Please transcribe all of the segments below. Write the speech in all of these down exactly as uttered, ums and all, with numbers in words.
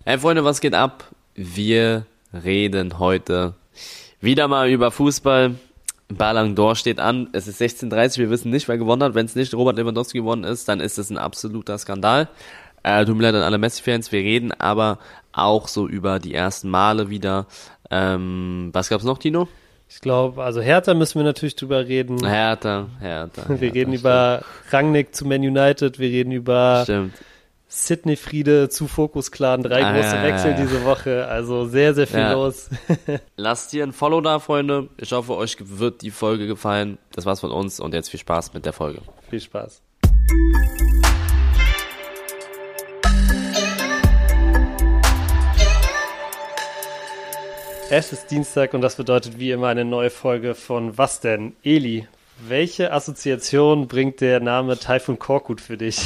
Hey Freunde, was geht ab? Wir reden heute wieder mal über Fußball. Ballon d'Or steht an. Es ist sechzehn Uhr dreißig. Wir wissen nicht, wer gewonnen hat. Wenn es nicht Robert Lewandowski gewonnen ist, dann ist es ein absoluter Skandal. Äh, tut mir leid an alle Messi-Fans. Wir reden aber auch so über die ersten Male wieder. Ähm, was gab's noch, Tino? Ich glaube, also Hertha müssen wir natürlich drüber reden. Hertha, Hertha. Wir Hertha, reden stimmt. über Rangnick zu Man United. Wir reden über Stimmt. Sydney Friede zu Focus Clan. Drei Ah, große ja, Wechsel ja, ja. diese Woche. Also sehr, sehr viel Ja. los. Lasst hier ein Follow da, Freunde. Ich hoffe, euch wird die Folge gefallen. Das war's von uns und jetzt viel Spaß mit der Folge. Viel Spaß. Es ist Dienstag und das bedeutet wie immer eine neue Folge von Was denn? Eli, welche Assoziation bringt der Name Taifun Korkut für dich?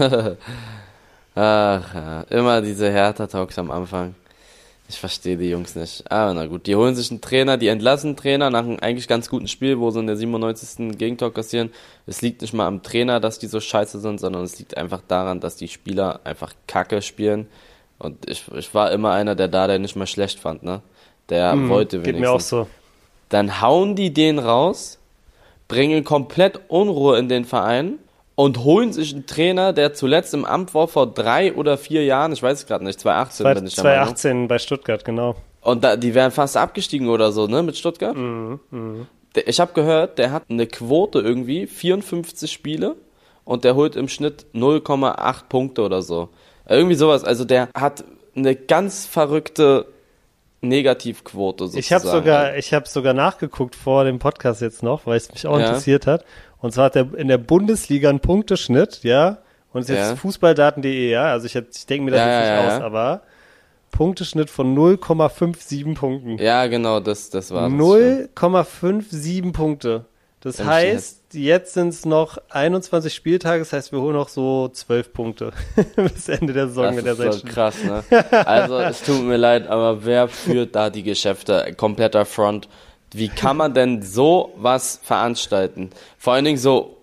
Ach, ja. Immer diese Hertha-Talks am Anfang. Ich verstehe die Jungs nicht. Aber na gut, die holen sich einen Trainer, die entlassen einen Trainer nach einem eigentlich ganz guten Spiel, wo sie in der siebenundneunzigsten Gegentor kassieren. Es liegt nicht mal am Trainer, dass die so scheiße sind, sondern es liegt einfach daran, dass die Spieler einfach Kacke spielen. Und ich, ich war immer einer, der da, der nicht mal schlecht fand, ne? Der Hm, wollte geht wenigstens. mir auch so. Dann hauen die den raus, bringen komplett Unruhe in den Verein und holen sich einen Trainer, der zuletzt im Amt war vor drei oder vier Jahren, ich weiß es gerade nicht, zwanzig achtzehn bin ich der Meinung. zwanzig achtzehn bei Stuttgart, genau. Und da, die wären fast abgestiegen oder so, ne, mit Stuttgart. Mhm, mh. Der, ich habe gehört, der hat eine Quote irgendwie, vierundfünfzig Spiele und der holt im Schnitt null Komma acht Punkte oder so. Irgendwie sowas, also der hat eine ganz verrückte Negativquote sozusagen. Ich habe sogar, ich habe sogar nachgeguckt vor dem Podcast jetzt noch, weil es mich auch Ja. interessiert hat. Und zwar hat er in der Bundesliga einen Punkteschnitt, ja. Und es ist Ja. jetzt fußballdaten punkt de, ja. Also ich, hab- ich denke mir das Ja, jetzt nicht ja, ja, aus, ja. aber Punkteschnitt von null Komma siebenundfünfzig Punkten. Ja, genau, das, das war das. null Komma siebenundfünfzig Punkte. Das Im heißt, jetzt sind es noch einundzwanzig Spieltage, das heißt, wir holen noch so zwölf Punkte bis Ende der Saison Das mit der ist so sechsten. krass, ne? Also, es tut mir leid, aber wer führt da die Geschäfte? Kompletter Front. Wie kann man denn so was veranstalten? Vor allen Dingen so,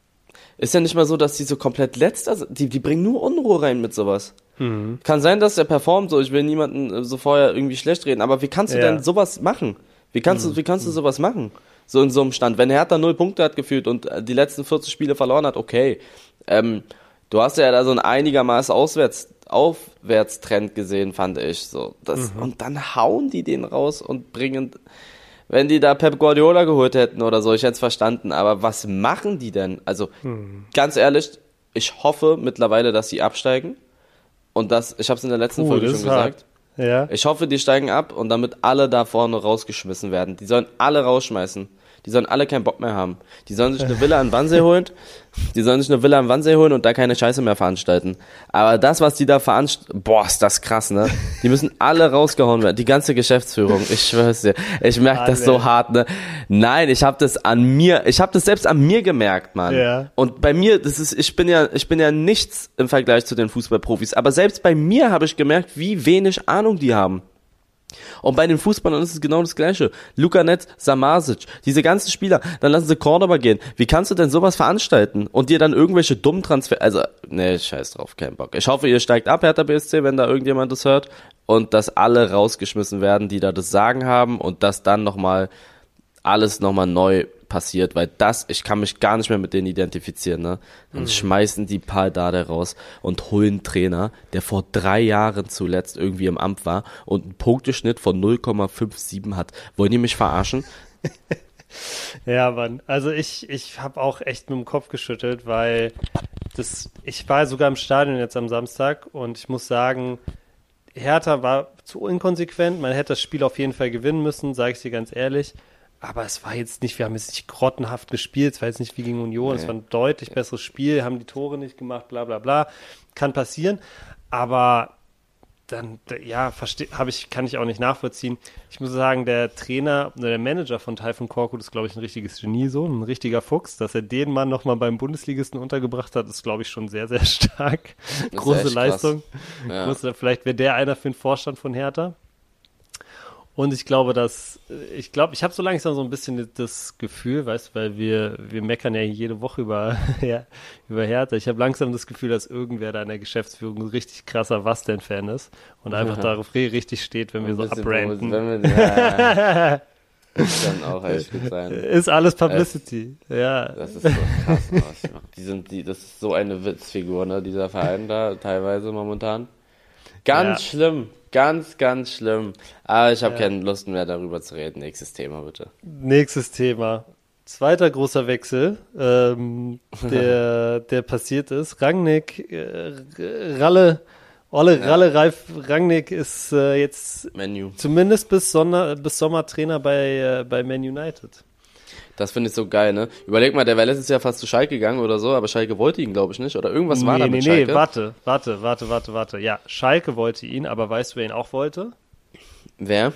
ist ja nicht mal so, dass die so komplett letzter sind. Die, die bringen nur Unruhe rein mit sowas. Mhm. Kann sein, dass der performt, so, ich will niemanden äh, so vorher irgendwie schlecht reden, aber wie kannst du Ja. denn sowas machen? Wie kannst du, wie kannst du sowas machen? So in so einem Stand. Wenn Hertha null Punkte hat gefühlt und äh, die letzten vierzig Spiele verloren hat, okay. Ähm, du hast ja da so einen einigermaßen Auswärts, Aufwärtstrend gesehen, fand ich, so. Das, Mhm. und dann hauen die den raus und bringen, wenn die da Pep Guardiola geholt hätten oder so, ich hätte es verstanden, aber was machen die denn? Also, Mhm. ganz ehrlich, ich hoffe mittlerweile, dass sie absteigen. Und das, ich habe es in der letzten Puh, Folge das schon ist hart. gesagt. Ja. Ich hoffe, die steigen ab und damit alle da vorne rausgeschmissen werden. Die sollen alle rausschmeißen. Die sollen alle keinen Bock mehr haben. Die sollen sich eine Villa an Wannsee holen. Die sollen sich eine Villa an Wannsee holen und da keine Scheiße mehr veranstalten. Aber das, was die da veranstalten, boah, ist das krass, ne? Die müssen alle rausgehauen werden. Die ganze Geschäftsführung, ich schwör's dir. Ich merke das so Alle. hart, ne? Nein, ich habe das an mir, ich habe das selbst an mir gemerkt, Mann. Ja. Und bei mir, das ist, ich bin ja, ich bin ja nichts im Vergleich zu den Fußballprofis. Aber selbst bei mir habe ich gemerkt, wie wenig Ahnung die haben. Und bei den Fußballern ist es genau das Gleiche. Luka Netz, Samasic, diese ganzen Spieler, dann lassen sie Cordoba gehen. Wie kannst du denn sowas veranstalten und dir dann irgendwelche dummen Transfer, also, nee, scheiß drauf, kein Bock. Ich hoffe, ihr steigt ab, Hertha B S C, wenn da irgendjemand das hört und dass alle rausgeschmissen werden, die da das Sagen haben und dass dann nochmal alles nochmal neu passiert, weil das, ich kann mich gar nicht mehr mit denen identifizieren, ne? Dann Mhm. schmeißen die Pal Dardai raus und holen einen Trainer, der vor drei Jahren zuletzt irgendwie im Amt war und einen Punkteschnitt von null Komma siebenundfünfzig hat. Wollen die mich verarschen? Ja, Mann. Also ich, ich habe auch echt mit dem Kopf geschüttelt, weil das, ich war sogar im Stadion jetzt am Samstag und ich muss sagen, Hertha war zu inkonsequent. Man hätte das Spiel auf jeden Fall gewinnen müssen, sage ich dir ganz ehrlich. Aber es war jetzt nicht, wir haben jetzt nicht grottenhaft gespielt, es war jetzt nicht wie gegen Union, Nee. es war ein deutlich besseres Spiel, haben die Tore nicht gemacht, bla bla bla. Kann passieren. Aber dann, ja, versteh, hab ich, kann ich auch nicht nachvollziehen. Ich muss sagen, der Trainer oder der Manager von Taifun Korkut ist, glaube ich, ein richtiges Genie, so ein richtiger Fuchs. Dass er den Mann nochmal beim Bundesligisten untergebracht hat, ist, glaube ich, schon sehr, sehr stark. Das ist Große echt krass. Leistung. Ja. Große, vielleicht wäre der einer für den Vorstand von Hertha. Und ich glaube, dass, ich glaube, ich habe so langsam so ein bisschen das Gefühl, weißt du, weil wir, wir meckern ja jede Woche über, ja, über Hertha. Ich habe langsam das Gefühl, dass irgendwer da in der Geschäftsführung ein richtig krasser Was-denn-Fan ist und einfach darauf richtig steht, wenn wir so abbranden. Wenn wir, ja, kann auch echt gut sein. Ist alles Publicity, es, ja. Das ist so krass. Was die sind, die, das ist so eine Witzfigur, ne, dieser Verein da, teilweise momentan. Ganz ja. schlimm. Ganz, ganz schlimm. Aber ich habe ja. keine Lust mehr, darüber zu reden. Nächstes Thema, bitte. Nächstes Thema. Zweiter großer Wechsel, ähm, der, der passiert ist. Rangnick, äh, Ralle, Olle, ja. Ralle Ralf Rangnick ist äh, jetzt Menu. zumindest bis, Sonder, bis Sommer Trainer bei, äh, bei Man United. Das finde ich so geil, ne? Überleg mal, der wäre letztes Jahr fast zu Schalke gegangen oder so, aber Schalke wollte ihn, glaube ich, nicht. Oder irgendwas nee, war da nee, mit nee, Schalke. Nee, warte, warte, warte, warte, warte. Ja, Schalke wollte ihn, aber weißt du, wer ihn auch wollte? Wer?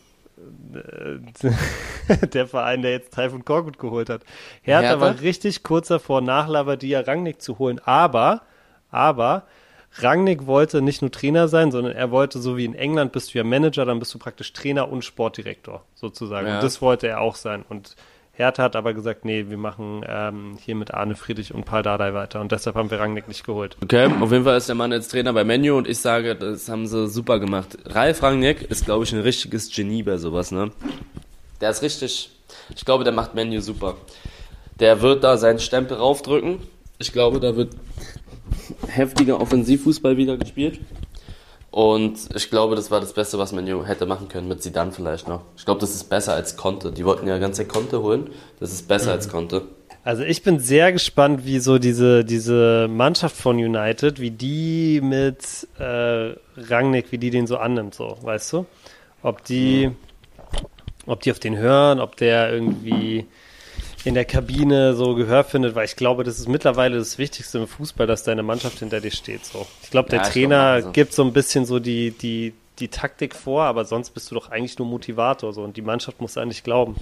Der Verein, der jetzt Taifun Korkut geholt hat. Hertha, Hertha war richtig kurz davor, nach Labadia Rangnick zu holen, aber, aber Rangnick wollte nicht nur Trainer sein, sondern er wollte, so wie in England bist du ja Manager, dann bist du praktisch Trainer und Sportdirektor, sozusagen. Ja. Und das wollte er auch sein. Und Hertha hat aber gesagt, nee, wir machen ähm, hier mit Arne Friedrich und Paul Dardai weiter und deshalb haben wir Rangnick nicht geholt. Okay, auf jeden Fall ist der Mann jetzt Trainer bei Man U und ich sage, das haben sie super gemacht. Ralf Rangnick ist, glaube ich, ein richtiges Genie bei sowas, ne? Der ist richtig, ich glaube, der macht Man U super. Der wird da seinen Stempel raufdrücken. Ich glaube, da wird heftiger Offensivfußball wieder gespielt. Und ich glaube, das war das Beste, was Man U hätte machen können, mit Zidane vielleicht noch. Ich glaube, das ist besser als Conte. Die wollten ja ganze Conte holen. Das ist besser mhm. als Conte. Also ich bin sehr gespannt, wie so diese, diese Mannschaft von United, wie die mit äh, Rangnick, wie die den so annimmt, so, weißt du? Ob die, mhm. ob die auf den hören, ob der irgendwie in der Kabine so Gehör findet, weil ich glaube, das ist mittlerweile das Wichtigste im Fußball, dass deine Mannschaft hinter dir steht. So. Ich glaube, der ja, Trainer glaub, also. gibt so ein bisschen so die, die, die Taktik vor, aber sonst bist du doch eigentlich nur Motivator so und die Mannschaft muss eigentlich glauben.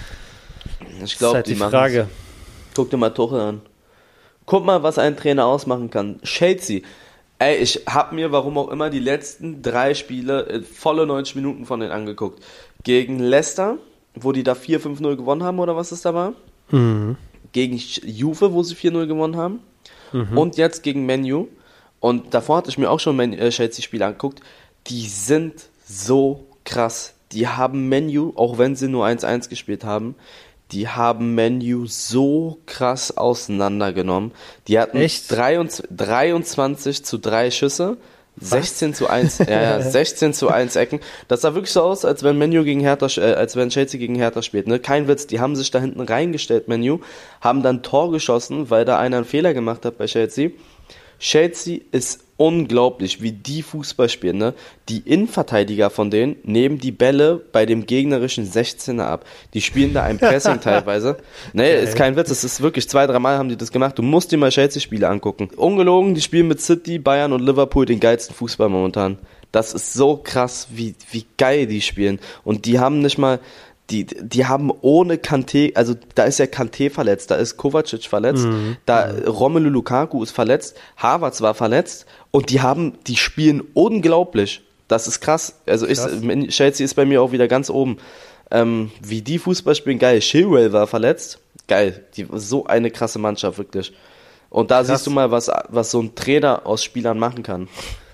Ich glaube, halt die, die Frage. Guck dir mal Tuchel an. Guck mal, was ein Trainer ausmachen kann. Chelsea. Ey, ich habe mir, warum auch immer, die letzten drei Spiele, volle neunzig Minuten von denen angeguckt. Gegen Leicester, wo die da vier fünf null gewonnen haben, oder was es da war. Mhm. Gegen Juve, wo sie vier null gewonnen haben. Mhm. Und jetzt gegen Man U. Und davor hatte ich mir auch schon Man- äh, Chelsea-Spiele angeguckt. Die sind so krass. Die haben Man U, auch wenn sie nur eins eins gespielt haben, die haben Man U so krass auseinandergenommen. Die hatten Echt? dreiundzwanzig zu drei Schüsse. sechzehn zu eins, ja, ja, sechzehn zu eins Ecken. Das sah wirklich so aus, als wenn Man U gegen Hertha, äh, als wenn Chelsea gegen Hertha spielt, ne? Kein Witz, die haben sich da hinten reingestellt, Man U, haben dann Tor geschossen, weil da einer einen Fehler gemacht hat bei Chelsea. Chelsea ist unglaublich, wie die Fußball spielen, ne? Die Innenverteidiger von denen nehmen die Bälle bei dem gegnerischen sechzehner ab. Die spielen da ein Pressing teilweise. Nee, ist kein Witz, es ist wirklich, zwei, dreimal haben die das gemacht. Du musst dir mal Chelsea-Spiele angucken. Ungelogen, die spielen mit City, Bayern und Liverpool den geilsten Fußball momentan. Das ist so krass, wie, wie geil die spielen. Und die haben nicht mal, die, die haben ohne Kanté, also da ist ja Kanté verletzt, da ist Kovacic verletzt, mhm. da Romelu Lukaku ist verletzt, Havertz war verletzt und die haben, die spielen unglaublich. Das ist krass. Also krass. Ich, Chelsea ist bei mir auch wieder ganz oben. Ähm, wie die Fußball spielen, geil. Chilwell war verletzt, geil. Die, so eine krasse Mannschaft, wirklich. Und da krass. Siehst du mal, was, was so ein Trainer aus Spielern machen kann.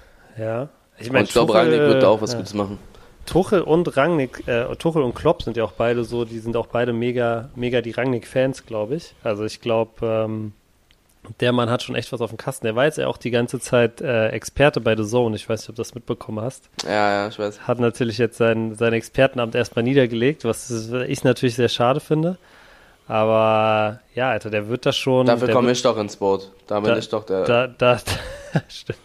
Ja. Ich meine, ich glaube, Rangnick wird da auch was ja. Gutes machen. Tuchel und Rangnick, äh, Tuchel und Klopp sind ja auch beide so, die sind auch beide mega, mega die Rangnick-Fans, glaube ich. Also ich glaube, ähm, der Mann hat schon echt was auf dem Kasten. Der war jetzt ja auch die ganze Zeit äh, Experte bei The Zone. Ich weiß nicht, ob du das mitbekommen hast. Ja, ja, ich weiß. Hat natürlich jetzt sein, sein Expertenamt erstmal niedergelegt, was ich natürlich sehr schade finde. Aber ja, Alter, der wird das schon... Dafür komme wird, ich doch ins Boot. Da bin da, ich doch der... Da, da, da, stimmt.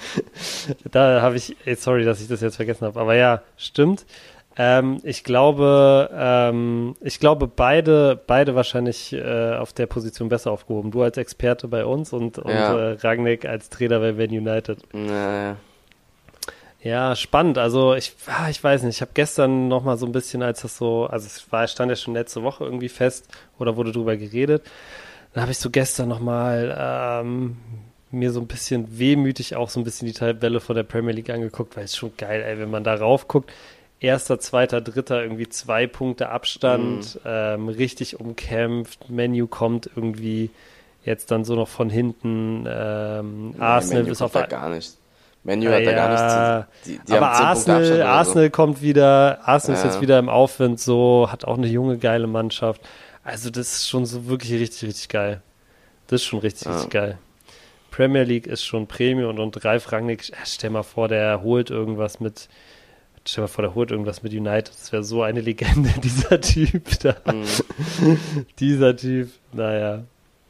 Da habe ich, sorry, dass ich das jetzt vergessen habe, aber ja, stimmt. Ähm, ich glaube, ähm, ich glaube beide, beide wahrscheinlich äh, auf der Position besser aufgehoben. Du als Experte bei uns und, und ja. äh, Rangnick als Trainer bei Man United. Ja, ja. Ja, spannend. Also ich, ah, ich weiß nicht, ich habe gestern noch mal so ein bisschen, als das so, also es war, stand ja schon letzte Woche irgendwie fest oder wurde drüber geredet. Dann habe ich so gestern noch mal ähm, mir so ein bisschen wehmütig auch so ein bisschen die Tabelle von der Premier League angeguckt, weil es schon geil, ey, wenn man da rauf guckt. erster, zweiter, dritter, irgendwie zwei Punkte Abstand, mhm. ähm, richtig umkämpft. Menu kommt irgendwie jetzt dann so noch von hinten. Ähm, nee, Arsenal Menu ist auf da gar nicht. Menu ah, hat da ja, gar nichts zu. Die, die aber haben zehn Arsenal, Punkte Abstand Arsenal so. kommt wieder, Arsenal ja. ist jetzt wieder im Aufwind, so, hat auch eine junge, geile Mannschaft. Also das ist schon so wirklich richtig, richtig geil. Das ist schon richtig, ja. richtig geil. Premier League ist schon Premium und Ralf Rangnick, stell mal vor, der holt irgendwas mit, stell mal vor, der holt irgendwas mit United. Das wäre so eine Legende, dieser Typ da. Mhm. dieser Typ, naja.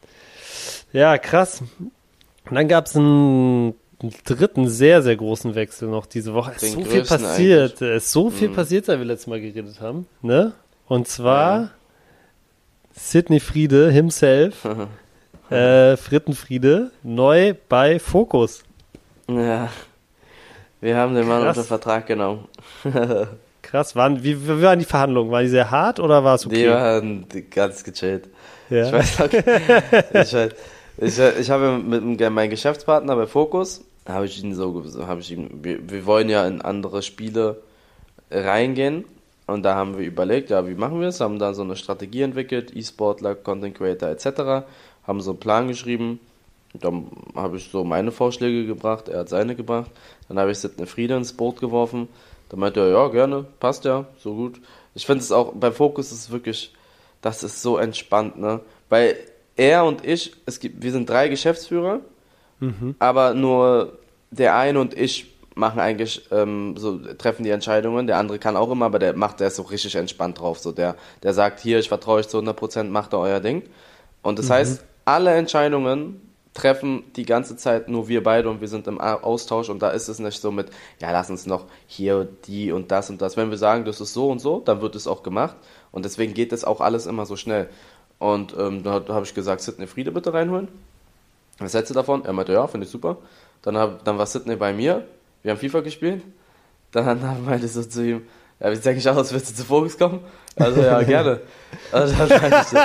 Ja, krass. Und dann gab es einen, einen dritten sehr, sehr großen Wechsel noch diese Woche. Es ist so viel passiert. Eigentlich. Es ist so viel mhm. passiert, seit wir letztes Mal geredet haben. Ne? Und zwar ja. Sidney Friede himself, äh, Frittenfriede, neu bei Focus. Ja, wir haben den Mann unter Vertrag genommen. Krass, waren, wie, wie waren die Verhandlungen? Waren die sehr hart oder war es okay? Die waren ganz gechillt. Ja. Ich weiß auch, ich, weiß, ich, ich habe mit meinem Geschäftspartner bei Focus, habe ich ihn so, habe ich ihn, wir, wir wollen ja in andere Spiele reingehen. Und da haben wir überlegt, ja, wie machen wir es? Haben da so eine Strategie entwickelt, E-Sportler, Content Creator et cetera. Haben so einen Plan geschrieben. Dann habe ich so meine Vorschläge gebracht, er hat seine gebracht. Dann habe ich Sidney Friede ins Boot geworfen. Dann meinte er, ja, gerne, passt ja, so gut. Ich finde es auch, bei Focus ist es wirklich, das ist so entspannt, ne? Weil er und ich, es gibt, wir sind drei Geschäftsführer, mhm. aber nur der eine und ich machen eigentlich, ähm, so treffen die Entscheidungen, der andere kann auch immer, aber der macht, der ist so richtig entspannt drauf, so der, der sagt, hier, ich vertraue euch zu hundert Prozent, macht da euer Ding. Und das mhm. heißt, alle Entscheidungen treffen die ganze Zeit nur wir beide und wir sind im Austausch und da ist es nicht so mit, ja, lass uns noch hier, die und das und das. Wenn wir sagen, das ist so und so, dann wird es auch gemacht und deswegen geht das auch alles immer so schnell. Und ähm, da, da habe ich gesagt, Sidney Friede bitte reinholen. Was hältst du davon? Er meinte, ja, finde ich super. Dann, hab, dann war Sidney bei mir. Wir haben FIFA gespielt. Dann meinte ich so zu ihm, ja, wie sieht eigentlich aus, willst du zu Focus kommen? Also, ja, gerne. Also, dann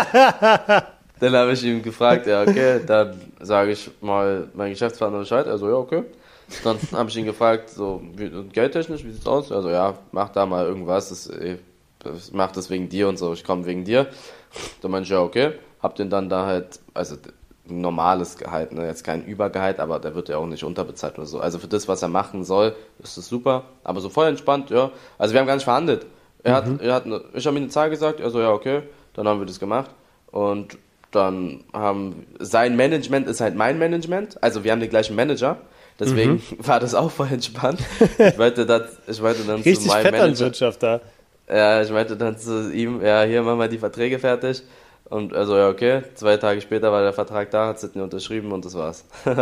dann habe ich ihm gefragt, ja, okay, dann sage ich mal meinem Geschäftspartner Bescheid. Also, ja, okay. Dann habe ich ihn gefragt, so, wie, geldtechnisch, wie sieht's aus? Also, ja, mach da mal irgendwas, das, ich mach das wegen dir und so, ich komme wegen dir. Dann meinte ich, ja, okay. Hab den dann da halt, also, ein normales Gehalt, ne? Jetzt kein Übergehalt, aber der wird ja auch nicht unterbezahlt oder so. Also für das, was er machen soll, ist das super. Aber so voll entspannt, ja. Also wir haben gar nicht verhandelt. Er hat, mhm. er hat eine, ich habe ihm eine Zahl gesagt, er so, ja, okay, dann haben wir das gemacht. Und dann haben, sein Management ist halt mein Management, also wir haben den gleichen Manager. Deswegen mhm. war das auch voll entspannt. Ich meinte dann, ich meinte dann Richtig zu meinem Manager. Da. Ja, ich meinte dann zu ihm, ja, hier machen wir die Verträge fertig. Und also ja, okay, zwei Tage später war der Vertrag da, hat Sidney unterschrieben und das war's.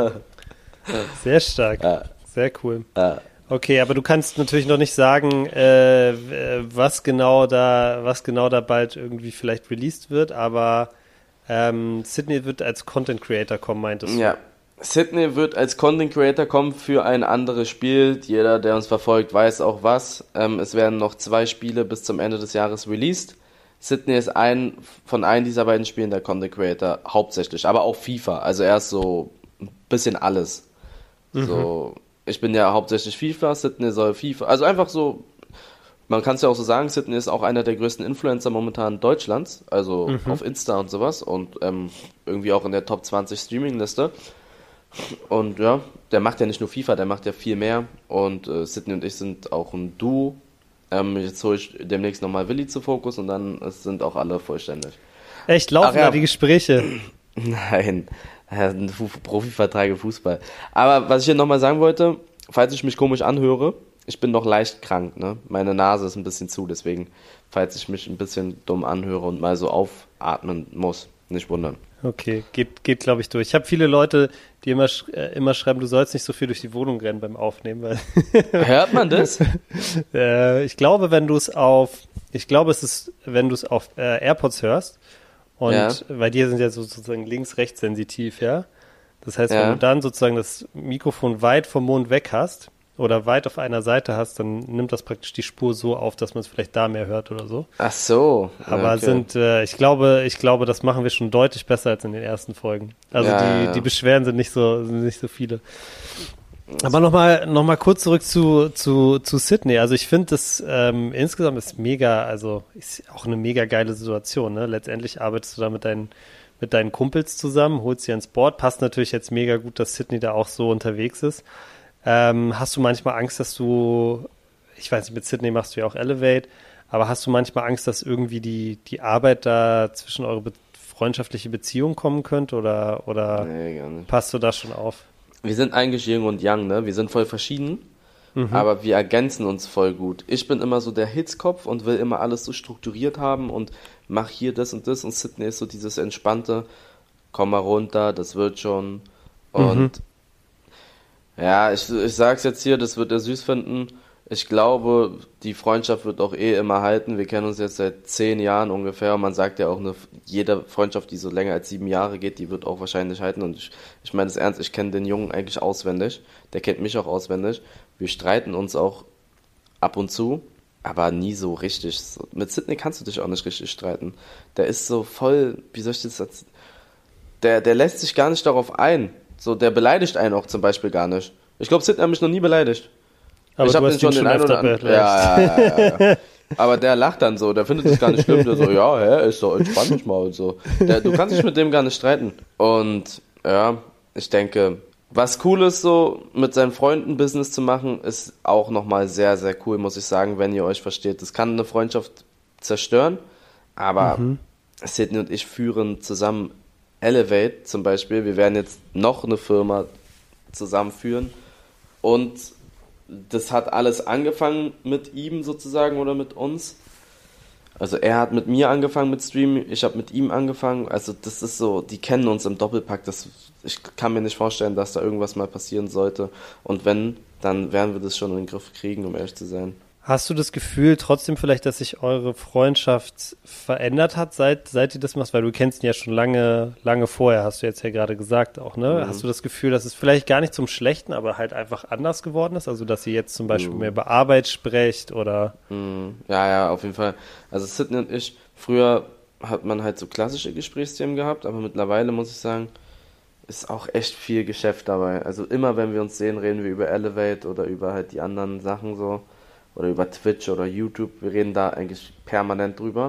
Sehr stark, ja. Sehr cool. Ja. Okay, aber du kannst natürlich noch nicht sagen, äh, was genau da, was genau da bald irgendwie vielleicht released wird, aber ähm, Sidney wird als Content Creator kommen, meintest du? Ja, Sidney wird als Content Creator kommen für ein anderes Spiel. Jeder, der uns verfolgt, weiß auch was. Ähm, es werden noch zwei Spiele bis zum Ende des Jahres released. Sidney ist ein von einem dieser beiden Spielen der Content Creator hauptsächlich, aber auch FIFA. Also er ist so ein bisschen alles. Mhm. So, ich bin ja hauptsächlich FIFA, Sidney soll FIFA. Also einfach so, man kann es ja auch so sagen, Sidney ist auch einer der größten Influencer momentan Deutschlands, also mhm. auf Insta und sowas und ähm, irgendwie auch in der Top zwanzig Streaming-Liste. Und ja, der macht ja nicht nur FIFA, der macht ja viel mehr. Und äh, Sidney und ich sind auch ein Duo. Ähm, jetzt hole ich demnächst nochmal Willi zu Focus und dann sind auch alle vollständig. Echt, laufen Ach, ja. da die Gespräche? Nein, Profivertrag im Fußball. Aber was ich hier nochmal sagen wollte, falls ich mich komisch anhöre, ich bin noch leicht krank, ne? Meine Nase ist ein bisschen zu, deswegen, falls ich mich ein bisschen dumm anhöre und mal so aufatmen muss, nicht wundern. Okay, geht, geht glaube ich durch. Ich habe viele Leute, die immer, äh, immer schreiben, du sollst nicht so viel durch die Wohnung rennen beim Aufnehmen. Weil Hört man das? äh, ich glaube, wenn du es auf, ich glaube, es ist, wenn du es auf äh, AirPods hörst und ja. bei dir sind ja so, sozusagen links-rechts sensitiv, ja. Das heißt, ja. wenn du dann sozusagen das Mikrofon weit vom Mund weg hast oder weit auf einer Seite hast, dann nimmt das praktisch die Spur so auf, dass man es vielleicht da mehr hört oder so. Ach so. Aber okay. sind, äh, ich glaube, ich glaube, das machen wir schon deutlich besser als in den ersten Folgen. Also ja, die, ja. die Beschwerden sind nicht so, sind nicht so viele. Aber nochmal noch mal kurz zurück zu, zu, zu Sydney. Also ich finde, das ähm, insgesamt ist mega, also ist auch eine mega geile Situation. Ne? Letztendlich arbeitest du da mit deinen, mit deinen Kumpels zusammen, holst sie ans Board. Passt natürlich jetzt mega gut, dass Sydney da auch so unterwegs ist. Ähm, hast du manchmal Angst, dass du, ich weiß nicht, mit Sydney machst du ja auch Elevate, aber hast du manchmal Angst, dass irgendwie die, die Arbeit da zwischen eure be- freundschaftliche Beziehung kommen könnte oder, oder Nee, gar nicht. passt du da schon auf? Wir sind eigentlich Yin und Yang, ne? Wir sind voll verschieden, Mhm. aber wir ergänzen uns voll gut. Ich bin immer so der Hitzkopf und will immer alles so strukturiert haben und mach hier das und das und Sydney ist so dieses entspannte, komm mal runter, das wird schon. Und Mhm. ja, ich, ich sag's jetzt hier, das wird er süß finden. Ich glaube, die Freundschaft wird auch eh immer halten. Wir kennen uns jetzt seit zehn Jahren ungefähr. Und man sagt ja auch, eine, jede Freundschaft, die so länger als sieben Jahre geht, die wird auch wahrscheinlich halten. Und ich, ich meine das ernst, ich kenne den Jungen eigentlich auswendig. Der kennt mich auch auswendig. Wir streiten uns auch ab und zu, aber nie so richtig. So, mit Sydney kannst du dich auch nicht richtig streiten. Der ist so voll, wie soll ich das jetzt... Der, der lässt sich gar nicht darauf ein. So, der beleidigt einen auch zum Beispiel gar nicht. Ich glaube, Sydney hat mich noch nie beleidigt. Aber ich du habe hast den ihn schon schon den einen öfter oder anderen. beleidigt. Ja, ja, ja, ja, ja. Aber der lacht dann so, der findet es gar nicht schlimm. Der so, ja, hä, ist doch, entspann dich mal und so. Der, du kannst dich mit dem gar nicht streiten. Und ja, ich denke, was cool ist, so mit seinen Freunden Business zu machen, ist auch nochmal sehr, sehr cool, muss ich sagen, wenn ihr euch versteht. Das kann eine Freundschaft zerstören, aber Mhm. Sydney und ich führen zusammen Elevate zum Beispiel. Wir werden jetzt noch eine Firma zusammenführen und das hat alles angefangen mit ihm sozusagen oder mit uns. Also er hat mit mir angefangen mit Stream, ich habe mit ihm angefangen. Also das ist so, die kennen uns im Doppelpack. Das, ich kann mir nicht vorstellen, dass da irgendwas mal passieren sollte. Und wenn, dann werden wir das schon in den Griff kriegen, um ehrlich zu sein. Hast du das Gefühl trotzdem vielleicht, dass sich eure Freundschaft verändert hat, seit, seit ihr das machst? Weil du kennst ihn ja schon lange, lange vorher, hast du jetzt ja gerade gesagt auch, ne? Mhm. Hast du das Gefühl, dass es vielleicht gar nicht zum Schlechten, aber halt einfach anders geworden ist? Also, dass ihr jetzt zum Beispiel Mhm. mehr über Arbeit sprecht oder... Mm, Ja, ja, auf jeden Fall. Also Sydney und ich, früher hat man halt so klassische Gesprächsthemen gehabt, aber mittlerweile muss ich sagen, ist auch echt viel Geschäft dabei. Also immer wenn wir uns sehen, reden wir über Elevate oder über halt die anderen Sachen so oder über Twitch oder YouTube. Wir reden da eigentlich permanent drüber.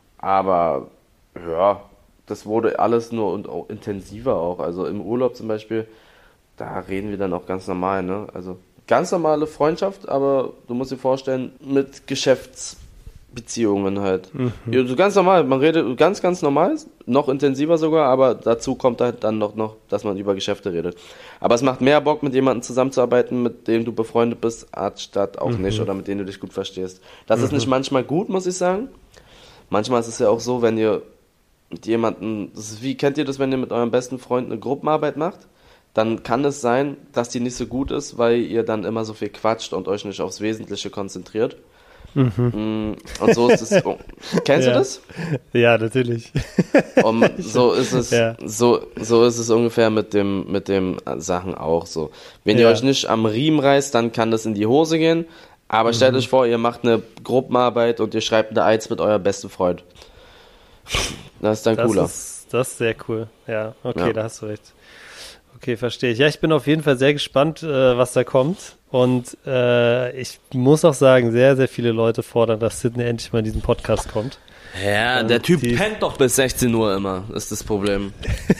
Aber ja, das wurde alles nur und auch intensiver auch. Also im Urlaub zum Beispiel, da reden wir dann auch ganz normal, ne? Also ganz normale Freundschaft, aber du musst dir vorstellen, mit Geschäftsbeziehungen halt. Mhm. Ja, so ganz normal, man redet ganz, ganz normal, noch intensiver sogar, aber dazu kommt halt dann noch, noch, dass man über Geschäfte redet. Aber es macht mehr Bock, mit jemandem zusammenzuarbeiten, mit dem du befreundet bist, anstatt auch Mhm. nicht oder mit dem du dich gut verstehst. Das ist nicht manchmal gut, muss ich sagen. Manchmal ist es ja auch so, wenn ihr mit jemandem, das ist wie, kennt ihr das, wenn ihr mit eurem besten Freund eine Gruppenarbeit macht? Dann kann es sein, dass die nicht so gut ist, weil ihr dann immer so viel quatscht und euch nicht aufs Wesentliche konzentriert. Mhm. Mm, Und so ist es. Oh, kennst Ja. du das? Ja, natürlich. Um, so ist es. Ja. So, so ist es ungefähr mit dem mit dem Sachen auch so. Wenn ihr Ja. euch nicht am Riemen reißt, dann kann das in die Hose gehen. Aber stellt euch vor, ihr macht eine Gruppenarbeit und ihr schreibt eine Eins mit eurem besten Freund. Das ist dann Das cooler. ist, das ist sehr cool. Ja, okay, Ja. da hast du recht. Okay, verstehe ich. Ja, ich bin auf jeden Fall sehr gespannt, äh, was da kommt. Und äh, ich muss auch sagen, sehr, sehr viele Leute fordern, dass Sydney endlich mal in diesen Podcast kommt. Ja, Und der Typ die- pennt doch bis sechzehn Uhr immer, ist das Problem.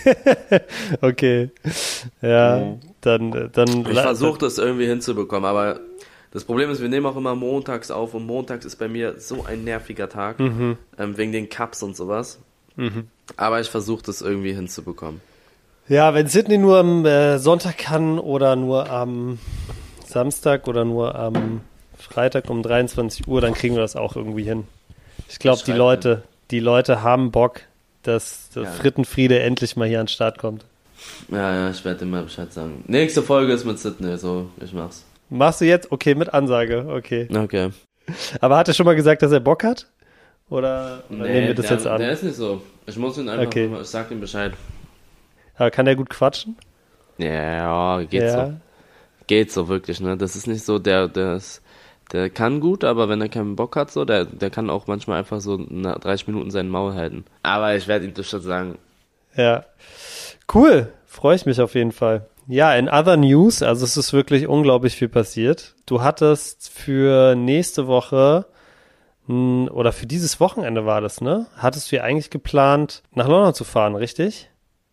Okay. Ja, Mhm. dann, äh, dann. Ich versuche das irgendwie hinzubekommen, aber das Problem ist, wir nehmen auch immer montags auf und montags ist bei mir so ein nerviger Tag, Mhm. ähm, wegen den Cups und sowas. Mhm. Aber ich versuche das irgendwie hinzubekommen. Ja, wenn Sydney nur am äh, Sonntag kann oder nur am Samstag oder nur am Freitag um dreiundzwanzig Uhr, dann kriegen wir das auch irgendwie hin. Ich glaube, die Schreib Leute, die Leute haben Bock, dass der Ja. Frittenfriede endlich mal hier an den Start kommt. Ja, ja, ich werde dir mal Bescheid sagen. Nächste Folge ist mit Sydney, so, ich mach's. Machst du jetzt? Okay, mit Ansage, okay. Okay. Aber hat er schon mal gesagt, dass er Bock hat? Oder, oder Nee, nehmen wir das der, jetzt an? Der ist nicht so. Ich muss ihn einfach, Okay. ich sag ihm Bescheid. Aber kann der gut quatschen? Ja, geht ja. so. Geht so, wirklich, ne? Das ist nicht so, der, der ist, der kann gut, aber wenn er keinen Bock hat, so, der, der kann auch manchmal einfach so nach dreißig Minuten seinen Maul halten. Aber ich werde ihm das schon sagen. Ja. Cool. Freue ich mich auf jeden Fall. Ja, in other news, also es ist wirklich unglaublich viel passiert. Du hattest für nächste Woche mh, oder für dieses Wochenende war das, ne? Hattest du ja eigentlich geplant, nach London zu fahren, richtig?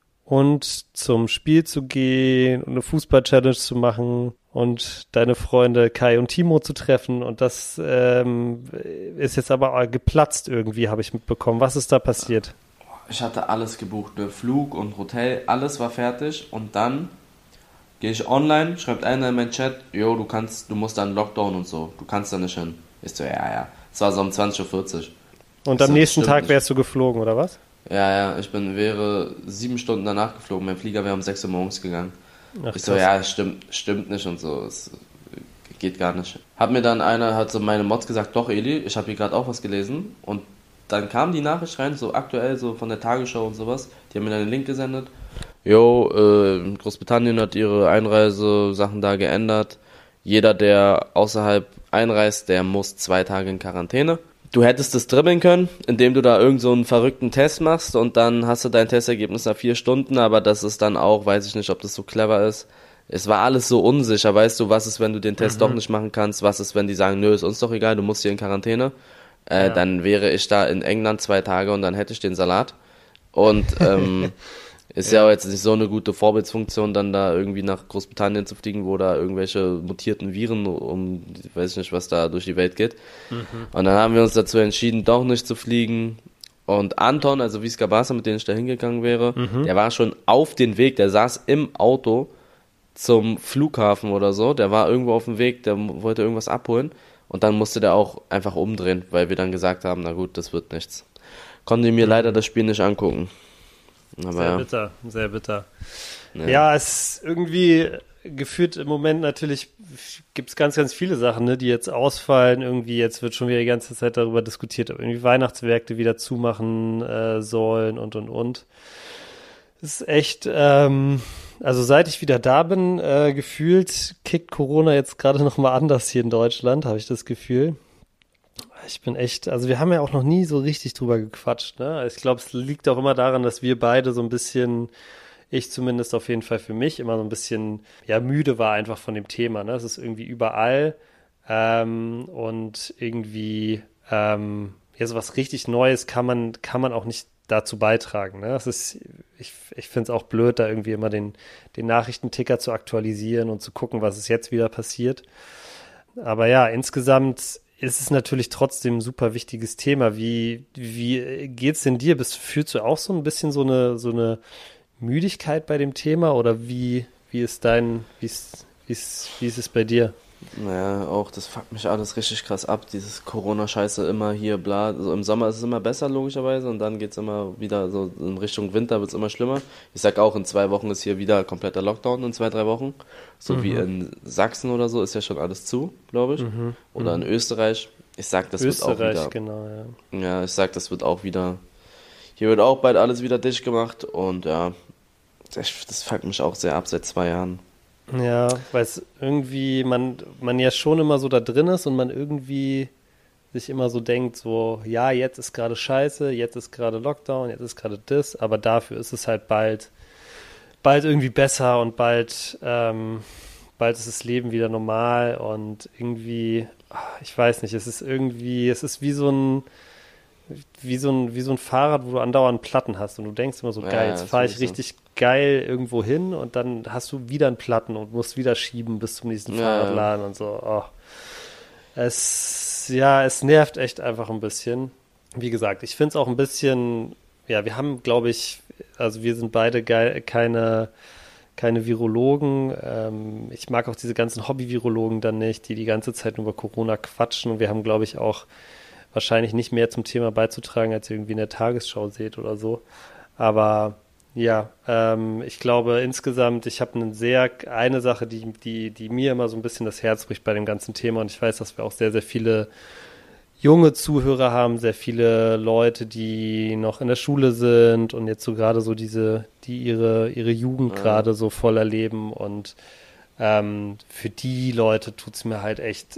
Und zum Spiel zu gehen und eine Fußball-Challenge zu machen und deine Freunde Kai und Timo zu treffen. Und das ähm, ist jetzt aber geplatzt irgendwie, habe ich mitbekommen. Was ist da passiert? Ich hatte alles gebucht, ne? Flug und Hotel, alles war fertig. Und dann gehe ich online, schreibt einer in meinen Chat, jo, du kannst, du musst dann Lockdown und so, du kannst da nicht hin. Ich so, ja, ja. Es war so um zwanzig Uhr vierzig. Und am nächsten Tag wärst du geflogen, oder was? Ja, ja, ich bin, wäre sieben Stunden danach geflogen. Mein Flieger wäre um sechs Uhr morgens gegangen. Ach, ich so, ja, stimmt, stimmt nicht und so. Es geht gar nicht. Hat mir dann einer, hat so meine Mods gesagt, doch Eli, ich habe hier gerade auch was gelesen. Und dann kam die Nachricht rein, so aktuell, so von der Tagesschau und sowas. Die haben mir dann einen Link gesendet. Jo, äh, Großbritannien hat ihre Einreisesachen da geändert. Jeder, der außerhalb einreist, der muss zwei Tage in Quarantäne. Du hättest es dribbeln können, indem du da irgend so einen verrückten Test machst und dann hast du dein Testergebnis nach vier Stunden, aber das ist dann auch, weiß ich nicht, ob das so clever ist. Es war alles so unsicher, weißt du, was ist, wenn du den Test mhm. doch nicht machen kannst, was ist, wenn die sagen, nö, ist uns doch egal, du musst hier in Quarantäne. Äh, ja. Dann wäre ich da in England zwei Tage und dann hätte ich den Salat. Und ähm, ist ja. ja jetzt nicht so eine gute Vorbildsfunktion, dann da irgendwie nach Großbritannien zu fliegen, wo da irgendwelche mutierten Viren um, ich weiß nicht, was da durch die Welt geht. Mhm. Und dann haben wir uns dazu entschieden, doch nicht zu fliegen. Und Anton, also Visca Barca, mit dem ich da hingegangen wäre, mhm. der war schon auf dem Weg, der saß im Auto zum Flughafen oder so, der war irgendwo auf dem Weg, der wollte irgendwas abholen und dann musste der auch einfach umdrehen, weil wir dann gesagt haben, na gut, das wird nichts. Konnte mir mhm. leider das Spiel nicht angucken. Aber sehr ja. bitter, sehr bitter. Ja, ja es ist irgendwie gefühlt im Moment natürlich, gibt es ganz, ganz viele Sachen, ne, die jetzt ausfallen. Irgendwie jetzt wird schon wieder die ganze Zeit darüber diskutiert, ob irgendwie Weihnachtsmärkte wieder zumachen äh, sollen und, und, und. Das ist echt, ähm, also seit ich wieder da bin, äh, gefühlt kickt Corona jetzt gerade nochmal anders hier in Deutschland, habe ich das Gefühl. Ich bin echt, also wir haben ja auch noch nie so richtig drüber gequatscht, ne? Ich glaube, es liegt auch immer daran, dass wir beide so ein bisschen, ich zumindest auf jeden Fall für mich, immer so ein bisschen, ja, müde war einfach von dem Thema, ne? Es ist irgendwie überall ähm, und irgendwie, ähm, ja, so was richtig Neues kann man, kann man auch nicht dazu beitragen, ne? Das ist, ich, ich finde es auch blöd, da irgendwie immer den, den Nachrichtenticker zu aktualisieren und zu gucken, was ist jetzt wieder passiert. Aber ja, insgesamt ist es natürlich trotzdem ein super wichtiges Thema. Wie, wie geht's denn dir? Bist, fühlst du auch so ein bisschen so eine, so eine Müdigkeit bei dem Thema oder wie, wie ist dein, wie ist, wie ist, wie ist es bei dir? Naja, auch, das fuckt mich alles richtig krass ab, dieses Corona-Scheiße immer hier, bla. Also im Sommer ist es immer besser, logischerweise, und dann geht's immer wieder so in Richtung Winter, wird's immer schlimmer. Ich sag auch, in zwei Wochen ist hier wieder kompletter Lockdown, in zwei, drei Wochen. So mhm. wie in Sachsen oder so ist ja schon alles zu, glaube ich. Mhm. Oder in Österreich. Ich sag, das Österreich, wird auch wieder. genau, ja. Ja, ich sag, das wird auch wieder. Hier wird auch bald alles wieder dicht gemacht und ja, das, das fuckt mich auch sehr ab seit zwei Jahren. Ja, weil es irgendwie, man, man ja schon immer so da drin ist und man irgendwie sich immer so denkt, so, ja, jetzt ist gerade scheiße, jetzt ist gerade Lockdown, jetzt ist gerade das, aber dafür ist es halt bald, bald irgendwie besser und bald, ähm, bald ist das Leben wieder normal und irgendwie, ich weiß nicht, es ist irgendwie, es ist wie so ein, wie so ein, wie so ein Fahrrad, wo du andauernd Platten hast und du denkst immer so, ja, geil, jetzt fahre ich richtig so geil irgendwo hin und dann hast du wieder einen Platten und musst wieder schieben bis zum nächsten ja. Fahrradladen und so. Oh. Es, ja, es nervt echt einfach ein bisschen. Wie gesagt, ich finde es auch ein bisschen, ja, wir haben, glaube ich, also wir sind beide geil, keine, keine Virologen. Ähm, ich mag auch diese ganzen Hobby-Virologen dann nicht, die die ganze Zeit nur über Corona quatschen und wir haben, glaube ich, auch wahrscheinlich nicht mehr zum Thema beizutragen, als ihr irgendwie in der Tagesschau seht oder so. Aber ja, ähm, ich glaube insgesamt, ich habe eine sehr, eine Sache, die, die, die mir immer so ein bisschen das Herz bricht bei dem ganzen Thema und ich weiß, dass wir auch sehr, sehr viele junge Zuhörer haben, sehr viele Leute, die noch in der Schule sind und jetzt so gerade so diese, die ihre, ihre Jugend ja. gerade so voll erleben und ähm, für die Leute tut's mir halt echt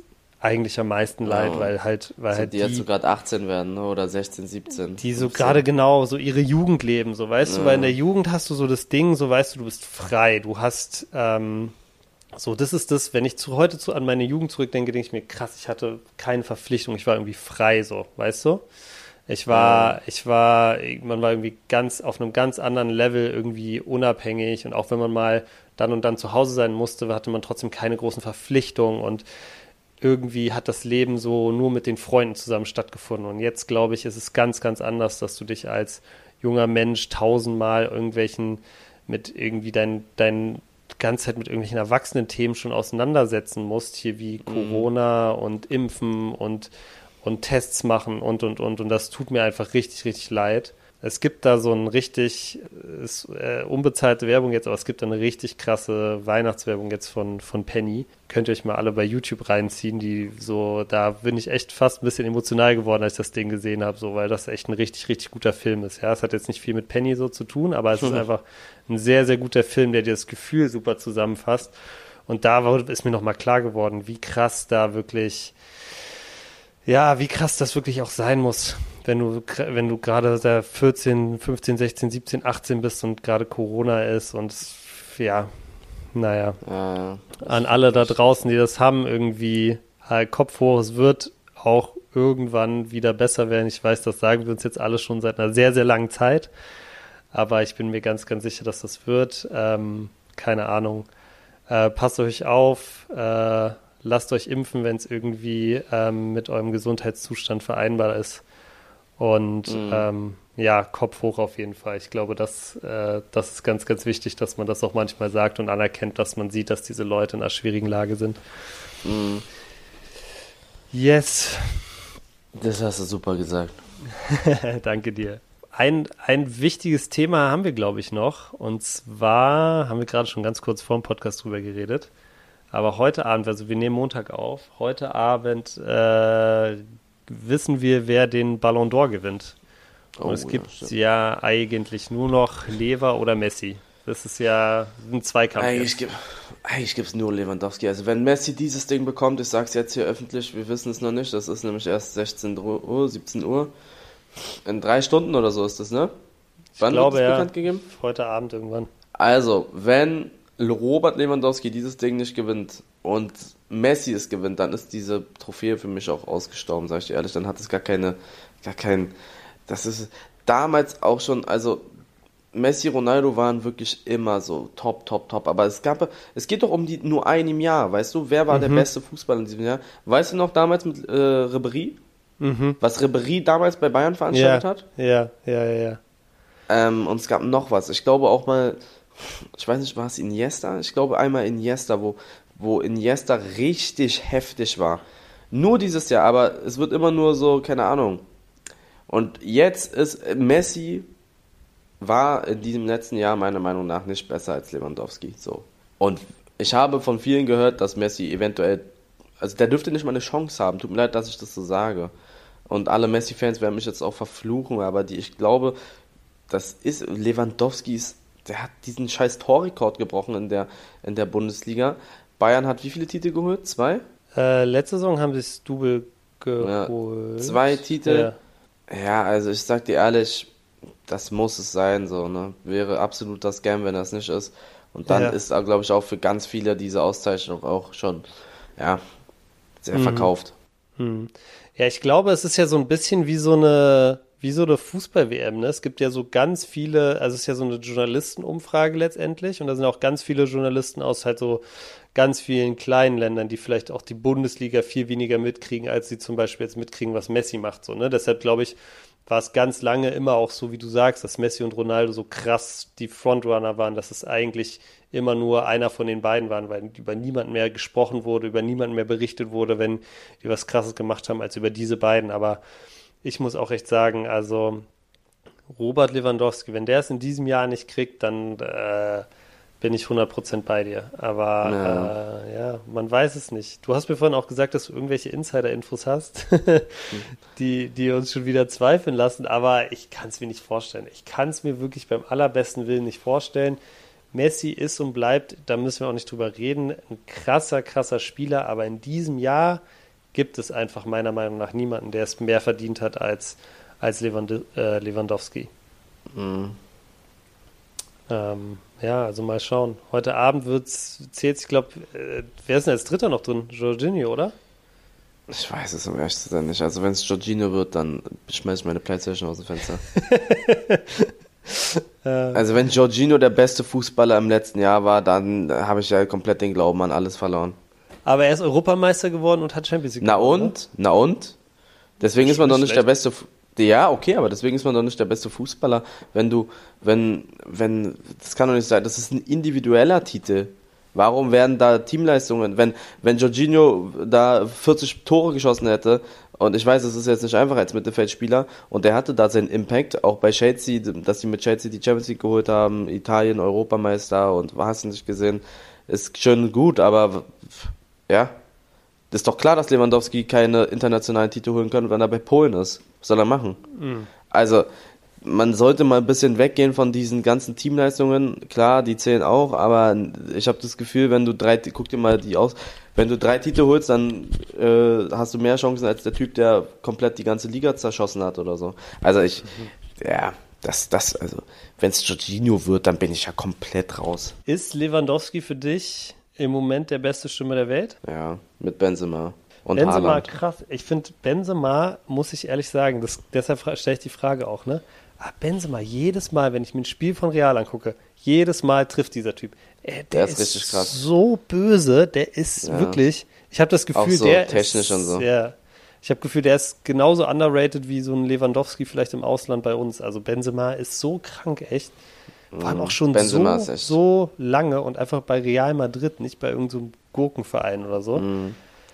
eigentlich am meisten leid, Ja. weil halt, weil Also halt die, die, jetzt so gerade achtzehn werden, ne? Oder sechzehn, siebzehn. die so fünfzehn. gerade genau so ihre Jugend leben, so weißt Ja. du, weil in der Jugend hast du so das Ding, so weißt du, du bist frei, du hast, ähm, so, das ist das, wenn ich zu heute zu, an meine Jugend zurückdenke, denke ich mir, krass, ich hatte keine Verpflichtung, ich war irgendwie frei, so, weißt du? Ich war, Ja. ich war, man war irgendwie ganz auf einem ganz anderen Level irgendwie unabhängig und auch wenn man mal dann und dann zu Hause sein musste, hatte man trotzdem keine großen Verpflichtungen und irgendwie hat das Leben so nur mit den Freunden zusammen stattgefunden. Und jetzt, glaube ich, ist es ganz, ganz anders, dass du dich als junger Mensch tausendmal irgendwelchen mit irgendwie dein, dein ganze Zeit mit irgendwelchen erwachsenen Themen schon auseinandersetzen musst, hier wie Corona und Impfen und, und Tests machen und, und, und. Und das tut mir einfach richtig, richtig leid. Es gibt da so ein richtig, ist, äh, unbezahlte Werbung jetzt, aber es gibt da eine richtig krasse Weihnachtswerbung jetzt von, von Penny. Könnt ihr euch mal alle bei YouTube reinziehen, die so, da bin ich echt fast ein bisschen emotional geworden, als ich das Ding gesehen habe, so, weil das echt ein richtig, richtig guter Film ist. Ja, es hat jetzt nicht viel mit Penny so zu tun, aber es ist einfach ein sehr, sehr guter Film, der dir das Gefühl super zusammenfasst. Und da war, ist mir nochmal klar geworden, wie krass da wirklich, ja, wie krass das wirklich auch sein muss, wenn du, wenn du gerade da vierzehn, fünfzehn, sechzehn, siebzehn, achtzehn bist und gerade Corona ist und ja, naja, Ja, ja. an alle da draußen, die das haben, irgendwie äh, Kopf hoch, es wird auch irgendwann wieder besser werden. Ich weiß, das sagen wir uns jetzt alle schon seit einer sehr, sehr langen Zeit, aber ich bin mir ganz, ganz sicher, dass das wird. Ähm, keine Ahnung. Äh, passt euch auf, äh, lasst euch impfen, wenn es irgendwie ähm, mit eurem Gesundheitszustand vereinbar ist. Und Mhm. ähm, ja, Kopf hoch auf jeden Fall. Ich glaube, das, äh, das ist ganz, ganz wichtig, dass man das auch manchmal sagt und anerkennt, dass man sieht, dass diese Leute in einer schwierigen Lage sind. Mhm. Yes. Das hast du super gesagt. Danke dir. Ein, ein wichtiges Thema haben wir, glaube ich, noch. Und zwar haben wir gerade schon ganz kurz vor dem Podcast drüber geredet. Aber heute Abend, also wir nehmen Montag auf, heute Abend äh, wissen wir, wer den Ballon d'Or gewinnt. Und Oh, es ja, gibt stimmt. ja eigentlich nur noch Lever oder Messi. Das ist ja ein Zweikampf. Eigentlich, jetzt. gibt, eigentlich gibt es nur Lewandowski. Also wenn Messi dieses Ding bekommt, ich sag's jetzt hier öffentlich, wir wissen es noch nicht, das ist nämlich erst sechzehn Uhr, siebzehn Uhr. In drei Stunden oder so ist das, ne? Wann ich glaube, wird das ja, bekannt gegeben? heute Abend irgendwann. Also, wenn Robert Lewandowski dieses Ding nicht gewinnt und Messi es gewinnt, dann ist diese Trophäe für mich auch ausgestorben, sag ich dir ehrlich. Dann hat es gar keine, gar kein, das ist damals auch schon, also Messi, Ronaldo waren wirklich immer so top, top, top. Aber es gab, es geht doch um die nur ein im Jahr, weißt du? Wer war der beste Fußballer in diesem Jahr? Weißt du noch damals mit äh, Ribéry? Mhm. Was Ribéry damals bei Bayern veranstaltet Ja, hat? ja, ja, ja, ja. Ähm, und es gab noch was. Ich glaube auch mal, ich weiß nicht, war es Iniesta? Ich glaube einmal Iniesta, wo, wo Iniesta richtig heftig war. Nur dieses Jahr, aber es wird immer nur so, keine Ahnung. Und jetzt ist Messi war in diesem letzten Jahr meiner Meinung nach nicht besser als Lewandowski. So. Und ich habe von vielen gehört, dass Messi eventuell, also der dürfte nicht mal eine Chance haben. Tut mir leid, dass ich das so sage. Und alle Messi-Fans werden mich jetzt auch verfluchen, aber die, ich glaube, das ist Lewandowski ist, der hat diesen scheiß Torrekord gebrochen in der, in der Bundesliga. Bayern hat wie viele Titel geholt? Zwei? Äh, letzte Saison haben sie das Double Ja, geholt. zwei Titel. Ja. Ja, also ich sag dir ehrlich, das muss es sein, so, ne? Wäre absolut das Scam, wenn das nicht ist. Und dann Ja. ist, glaube ich, auch für ganz viele diese Auszeichnung auch schon, ja, sehr Mhm. verkauft. Hm. Ja, ich glaube, es ist ja so ein bisschen wie so eine, wie so eine Fußball-W M, ne? Es gibt ja so ganz viele, also es ist ja so eine Journalistenumfrage letztendlich und da sind auch ganz viele Journalisten aus halt so ganz vielen kleinen Ländern, die vielleicht auch die Bundesliga viel weniger mitkriegen, als sie zum Beispiel jetzt mitkriegen, was Messi macht, so, ne? Deshalb glaube ich, war es ganz lange immer auch so, wie du sagst, dass Messi und Ronaldo so krass die Frontrunner waren, dass es eigentlich immer nur einer von den beiden waren, weil über niemanden mehr gesprochen wurde, über niemanden mehr berichtet wurde, wenn die was Krasses gemacht haben, als über diese beiden. Aber ich muss auch echt sagen, also Robert Lewandowski, wenn der es in diesem Jahr nicht kriegt, dann äh, bin ich hundert Prozent bei dir. Aber Ja. äh, ja, man weiß es nicht. Du hast mir vorhin auch gesagt, dass du irgendwelche Insider-Infos hast, die, die uns schon wieder zweifeln lassen, aber ich kann es mir nicht vorstellen. Ich kann es mir wirklich beim allerbesten Willen nicht vorstellen. Messi ist und bleibt, da müssen wir auch nicht drüber reden, ein krasser, krasser Spieler, aber in diesem Jahr gibt es einfach meiner Meinung nach niemanden, der es mehr verdient hat als, als Lewand- äh, Lewandowski. Mhm. Ähm, ja, also mal schauen. Heute Abend wird's, zählt, ich glaube, äh, wer ist denn als Dritter noch drin? Jorginho, oder? Ich weiß es um ehrlich zu sein nicht. Also wenn es Jorginho wird, dann schmeiß ich meine Playstation aus dem Fenster. Also wenn Jorginho der beste Fußballer im letzten Jahr war, dann habe ich ja komplett den Glauben an alles verloren. Aber er ist Europameister geworden und hat Champions League Na gewonnen, und? Oder? Na und? Deswegen ist man doch nicht schlecht. der beste... Fu- Ja, okay, aber deswegen ist man doch nicht der beste Fußballer, wenn du, wenn, wenn, das kann doch nicht sein, das ist ein individueller Titel. Warum werden da Teamleistungen, wenn, wenn Jorginho da vierzig Tore geschossen hätte, und ich weiß, es ist jetzt nicht einfach als Mittelfeldspieler, und der hatte da seinen Impact, auch bei Chelsea, dass die mit Chelsea die Champions League geholt haben, Italien, Europameister, und hast du nicht gesehen, ist schön gut, aber, ja, das ist doch klar, dass Lewandowski keine internationalen Titel holen kann, wenn er bei Polen ist. Was soll er machen? Mhm. Also, man sollte mal ein bisschen weggehen von diesen ganzen Teamleistungen. Klar, die zählen auch, aber ich habe das Gefühl, wenn du drei, guck dir mal die aus, wenn du drei Titel holst, dann äh, hast du mehr Chancen als der Typ, der komplett die ganze Liga zerschossen hat oder so. Also ich, mhm. ja, das, das, also, wenn es Jorginho wird, dann bin ich ja komplett raus. Ist Lewandowski für dich im Moment der beste Stürmer der Welt? Ja, mit Benzema. Und Benzema, Haaland. krass. Ich finde, Benzema, muss ich ehrlich sagen, das, deshalb stelle ich die Frage auch, ne? Ah, Benzema, jedes Mal, wenn ich mir ein Spiel von Real angucke, jedes Mal trifft dieser Typ. Äh, der, Der ist ist richtig krass. so böse, der ist Ja. wirklich, ich habe das Gefühl, Auch so der technisch ist, und so. Ja, ich habe Gefühl, der ist genauso underrated wie so ein Lewandowski vielleicht im Ausland bei uns. Also Benzema ist so krank, echt. Vor allem auch schon Benzema so, ist echt- so lange und einfach bei Real Madrid, nicht bei irgendeinem so Gurkenverein oder so. Mhm.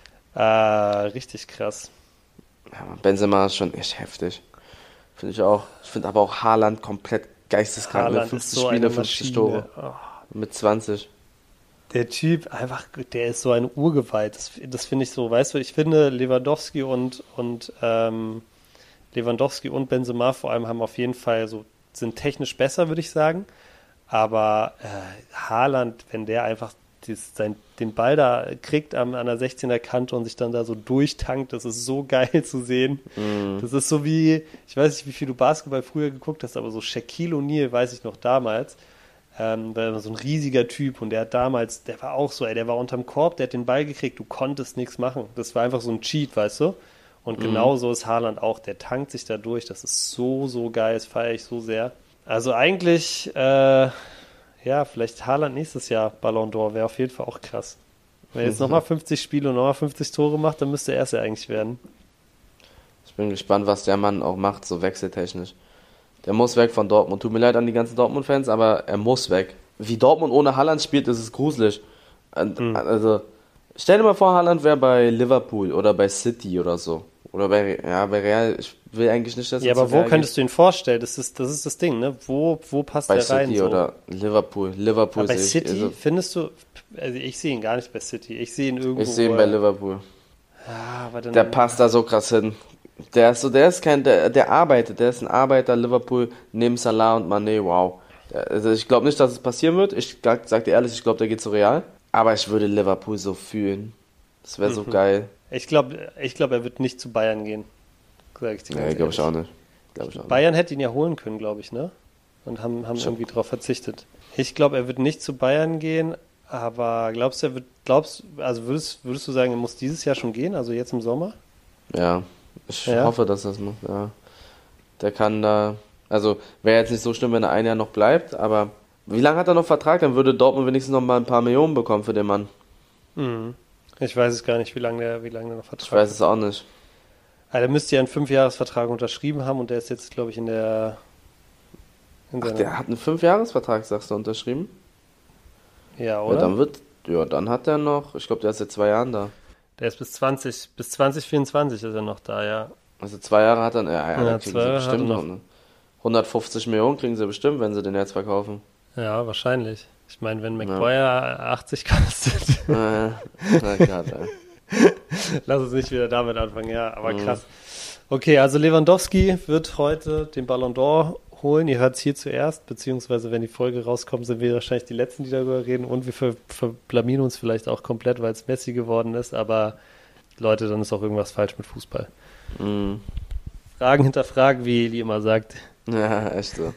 Ah, richtig krass. Ja, Benzema ist schon echt heftig. Finde ich auch. Ich finde aber auch Haaland komplett geisteskrank. Mit Haaland ist fünfzig so Spiele, eine fünfzig Maschine. Tore. Oh, Mit zwanzig. der Typ, einfach, der ist so ein Urgewalt. Das, das finde ich so, weißt du, ich finde Lewandowski und, und ähm, Lewandowski und Benzema vor allem haben auf jeden Fall so, sind technisch besser, würde ich sagen. Aber äh, Haaland, wenn der einfach dies, sein, den Ball da kriegt am, an der sechzehner Kante und sich dann da so durchtankt, das ist so geil zu sehen. Mm. Das ist so wie, ich weiß nicht, wie viel du Basketball früher geguckt hast, aber so Shaquille O'Neal, weiß ich noch damals, ähm, war so ein riesiger Typ und der hat damals, der war auch so, ey, der war unterm Korb, der hat den Ball gekriegt, du konntest nichts machen. Das war einfach so ein Cheat, weißt du? Und Mhm. genau so ist Haaland auch, der tankt sich da durch, das ist so, so geil, das feiere ich so sehr. Also eigentlich, äh, ja, vielleicht Haaland nächstes Jahr Ballon d'Or, wäre auf jeden Fall auch krass. Wenn er jetzt nochmal fünfzig Spiele und nochmal fünfzig Tore macht, dann müsste er es ja eigentlich werden. Ich bin gespannt, was der Mann auch macht, so wechseltechnisch. Der muss weg von Dortmund. Tut mir leid an die ganzen Dortmund-Fans, aber er muss weg. Wie Dortmund ohne Haaland spielt, das ist gruselig. Und, Mhm. Also, stell dir mal vor, Haaland wäre bei Liverpool oder bei City oder so. Oder bei, ja, bei Real. Ich will eigentlich nicht, dass Ja, er aber zu wo Real könntest du ihn vorstellen? Das ist das, ist das Ding, ne? Wo, wo passt Bei der rein? City So? oder Liverpool. Liverpool Aber bei sehe ich. City, Also, findest du, also ich sehe ihn gar nicht bei City. Ich sehe ihn irgendwo. ich sehe ihn wo bei er- Liverpool. Ja, aber dann, Der passt da so krass hin. Der ist so, der ist kein, der, der arbeitet, der ist ein Arbeiter, Liverpool, neben Salah und Mané, wow. Der, also ich glaube nicht, dass es passieren wird. Ich sag, sag dir ehrlich, ich glaube, der geht zu Real. Aber ich würde Liverpool so fühlen. Das wäre so Mhm. geil. Ich glaube, ich glaub, er wird nicht zu Bayern gehen. Sag ich dir Nee, ganz glaube ich ehrlich. auch nicht. Glaub ich auch nicht. Bayern hätte ihn ja holen können, glaube ich, ne? Und haben, haben Schon. irgendwie darauf verzichtet. Ich glaube, er wird nicht zu Bayern gehen, aber glaubst du, er wird, glaubst, also würdest, würdest du sagen, er muss dieses Jahr schon gehen, also jetzt im Sommer? Ja, ich Ja? hoffe, dass das macht, ja. Der kann da, also wäre jetzt nicht so schlimm, wenn er ein Jahr noch bleibt, aber wie lange hat er noch Vertrag? Dann würde Dortmund wenigstens noch mal ein paar Millionen bekommen für den Mann. Mhm. Ich weiß es gar nicht, wie lange der, wie lange der noch Vertrag Ich weiß es auch nicht. Ah, der müsste ja einen Fünfjahresvertrag unterschrieben haben und der ist jetzt, glaube ich, in der. In Ach, seiner, der hat einen Fünfjahresvertrag, sagst du, unterschrieben? ja, Ja, oder? dann wird, ja, dann hat er noch, ich glaube, der ist seit zwei Jahren da. Der ist bis zwanzig, bis zwanzig vierundzwanzig ist er noch da, ja. Also zwei Jahre hat er, ja, ja, Ja, da kriegen zwei sie Jahre bestimmt hat er noch. Ne? hundertfufzig Millionen kriegen sie bestimmt, wenn sie den jetzt verkaufen. Ja, wahrscheinlich. Ich meine, wenn Maguire achtzig kostet, äh, na klar, ja. lass uns nicht wieder damit anfangen, ja, aber Mhm. krass. Okay, also Lewandowski wird heute den Ballon d'Or holen. Ihr hört es hier zuerst, beziehungsweise wenn die Folge rauskommt, sind wir wahrscheinlich die Letzten, die darüber reden und wir ver verblamieren uns vielleicht auch komplett, weil es Messi geworden ist, aber Leute, dann ist auch irgendwas falsch mit Fußball. Mhm. Fragen hinterfragen, wie Eli immer sagt. Ja, echt so.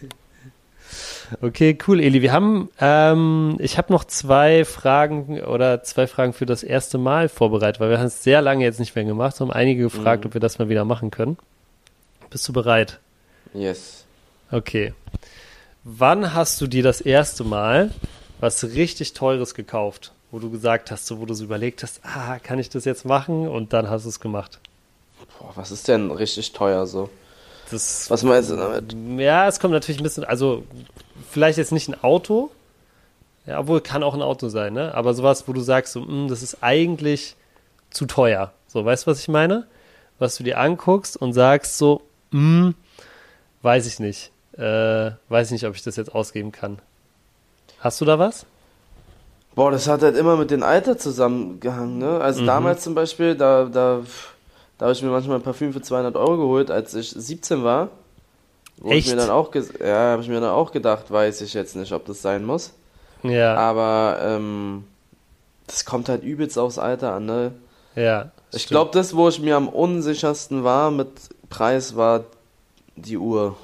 Okay, cool, Eli. Wir haben, ähm, ich habe noch zwei Fragen oder zwei Fragen für das erste Mal vorbereitet, weil wir haben es sehr lange jetzt nicht mehr gemacht, haben einige gefragt, mhm. ob wir das mal wieder machen können. Bist du bereit? Yes. Okay. Wann hast du dir das erste Mal was richtig Teures gekauft, wo du gesagt hast, so, wo du so überlegt hast, ah, kann ich das jetzt machen? Und dann hast du es gemacht. Boah, was ist denn richtig teuer so? Das, was meinst du damit? Ja, es kommt natürlich ein bisschen, also vielleicht jetzt nicht ein Auto, ja, obwohl kann auch ein Auto sein, ne? Aber sowas, wo du sagst, so, mh, das ist eigentlich zu teuer. So, weißt du, was ich meine? Was du dir anguckst und sagst so, mh, weiß ich nicht. Äh, weiß nicht, ob ich das jetzt ausgeben kann. Hast du da was? Boah, das hat halt immer mit dem Alter zusammengehangen, ne? Also mhm. damals zum Beispiel, da, da, da habe ich mir manchmal ein Parfüm für zweihundert Euro geholt, als ich siebzehn war. Wo Echt? Ich mir dann auch ges- ja, habe ich mir dann auch gedacht, weiß ich jetzt nicht, ob das sein muss. Ja. Aber ähm, das kommt halt übelst aufs Alter an, ne? Ja. Ich glaube, das, wo ich mir am unsichersten war mit Preis, war die Uhr.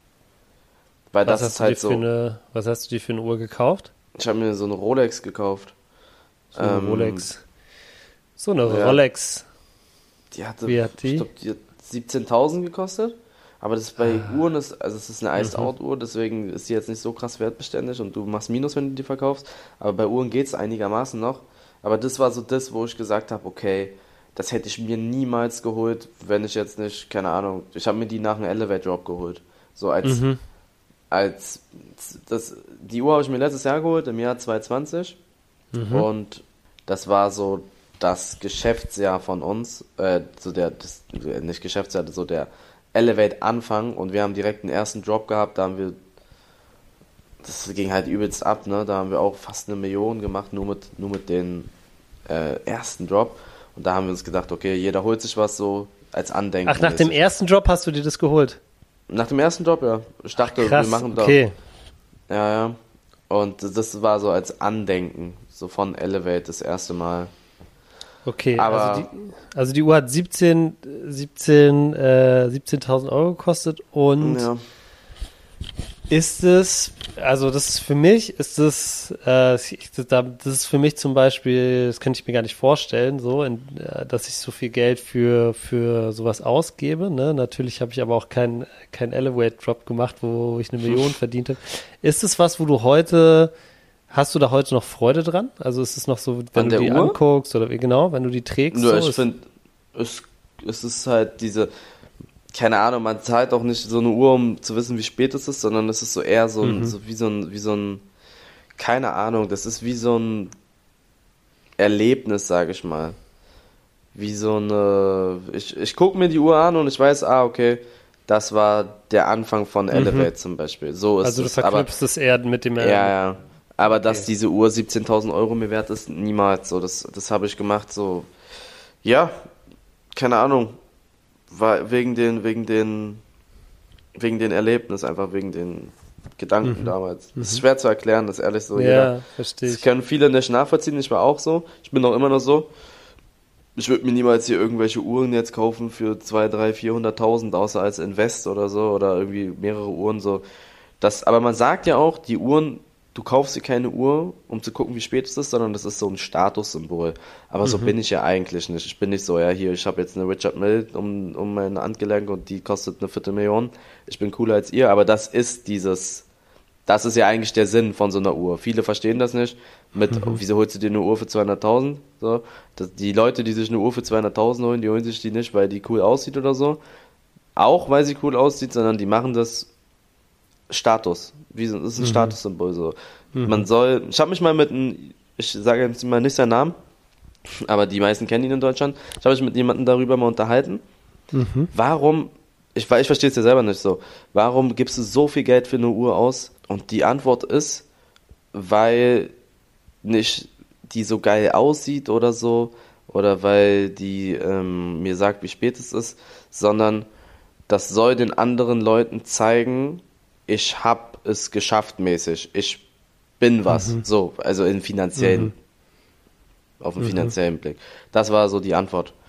Weil was das hast ist du halt dir so. Für eine, was hast du dir für eine Uhr gekauft? Ich habe mir so eine Rolex gekauft. So eine ähm, Rolex. So eine ja. Rolex. Die hatte, Wie hat die? Ich glaube, die hat siebzehntausend gekostet. Aber das ist bei Ah. Uhren, ist, also es ist eine Iced-Out-Uhr, deswegen ist die jetzt nicht so krass wertbeständig und du machst Minus, wenn du die verkaufst. Aber bei Uhren geht es einigermaßen noch. Aber das war so das, wo ich gesagt habe, okay, das hätte ich mir niemals geholt, wenn ich jetzt nicht, keine Ahnung, ich habe mir die nach einem Elevate Drop geholt. So als, Mhm. als, das, die Uhr habe ich mir letztes Jahr geholt, im Jahr zwanzig zwanzig. Mhm. Und das war so das Geschäftsjahr von uns, äh, so der, das, nicht Geschäftsjahr, so der Elevate-Anfang, und wir haben direkt einen ersten Drop gehabt, da haben wir, das ging halt übelst ab, ne, da haben wir auch fast eine Million gemacht, nur mit, nur mit den äh, ersten Drop, und da haben wir uns gedacht, okay, jeder holt sich was so als Andenken. Ach, nach dem ersten Drop hast du dir das geholt? Nach dem ersten Drop, ja. Ich dachte, Ach, krass, wir machen da. okay. Ja, ja. Und das war so als Andenken, so von Elevate das erste Mal. Okay, Aber also, die, also die Uhr hat siebzehn, siebzehn, äh, siebzehntausend Euro gekostet und ja. ist es, also das ist für mich, ist es, äh, das ist für mich zum Beispiel, das könnte ich mir gar nicht vorstellen, so, in, äh, dass ich so viel Geld für, für sowas ausgebe, ne? Natürlich habe ich aber auch keinen kein Elevate Drop gemacht, wo ich eine Million verdient habe. Ist es was, wo du heute, hast du da heute noch Freude dran? Also ist es noch so, wenn An du der die Uhr? anguckst oder wie genau, wenn du die trägst? Nur so, ich ist- finde, es, es ist halt diese, keine Ahnung, man zahlt auch nicht so eine Uhr, um zu wissen, wie spät es ist, sondern es ist so eher so, ein, Mhm. so wie so ein, wie so ein, keine Ahnung, das ist wie so ein Erlebnis, sage ich mal. Wie so eine, ich, ich gucke mir die Uhr an und ich weiß, ah, okay, das war der Anfang von Elevate zum Beispiel. So ist also du es. Aber, verknüpfst es eher mit dem, ja, ja. Aber dass Okay. diese Uhr siebzehntausend Euro mir wert ist, niemals so. Das, das habe ich gemacht, so, ja, keine Ahnung. War wegen den, wegen den, wegen den Erlebnis, einfach wegen den Gedanken Mhm. damals. Das ist schwer zu erklären, das ist ehrlich so. ja, Jeder, verstehe das ich. können viele nicht nachvollziehen, ich war auch so. Ich bin auch immer noch so. Ich würde mir niemals hier irgendwelche Uhren jetzt kaufen für zweihundert, dreihundert, vierhunderttausend, außer als Invest oder so, oder irgendwie mehrere Uhren so. Das, aber man sagt ja auch, die Uhren, du kaufst dir keine Uhr, um zu gucken, wie spät es ist, sondern das ist so ein Statussymbol. Aber so bin ich ja eigentlich nicht. Ich bin nicht so, ja, hier, ich habe jetzt eine Richard Mille um, um mein Handgelenk und die kostet eine Viertelmillion. Ich bin cooler als ihr, aber das ist dieses, das ist ja eigentlich der Sinn von so einer Uhr. Viele verstehen das nicht. Mit, wieso holst du dir eine Uhr für zweihunderttausend? So, das, die Leute, die sich eine Uhr für zweihunderttausend holen, die holen sich die nicht, weil die cool aussieht oder so. Auch weil sie cool aussieht, sondern die machen das Status. Wie so, das ist ein Statussymbol so. Man soll, ich habe mich mal mit einem, ich sage jetzt mal nicht seinen Namen, aber die meisten kennen ihn in Deutschland. Ich habe mich mit jemandem darüber mal unterhalten. Warum, ich, ich verstehe es ja selber nicht so, warum gibst du so viel Geld für eine Uhr aus? Und die Antwort ist, weil nicht die so geil aussieht oder so, oder weil die ähm, mir sagt, wie spät es ist, sondern das soll den anderen Leuten zeigen, ich hab es geschafft mäßig, ich bin was, so, also in finanziellen, auf den finanziellen Blick. Das war so die Antwort.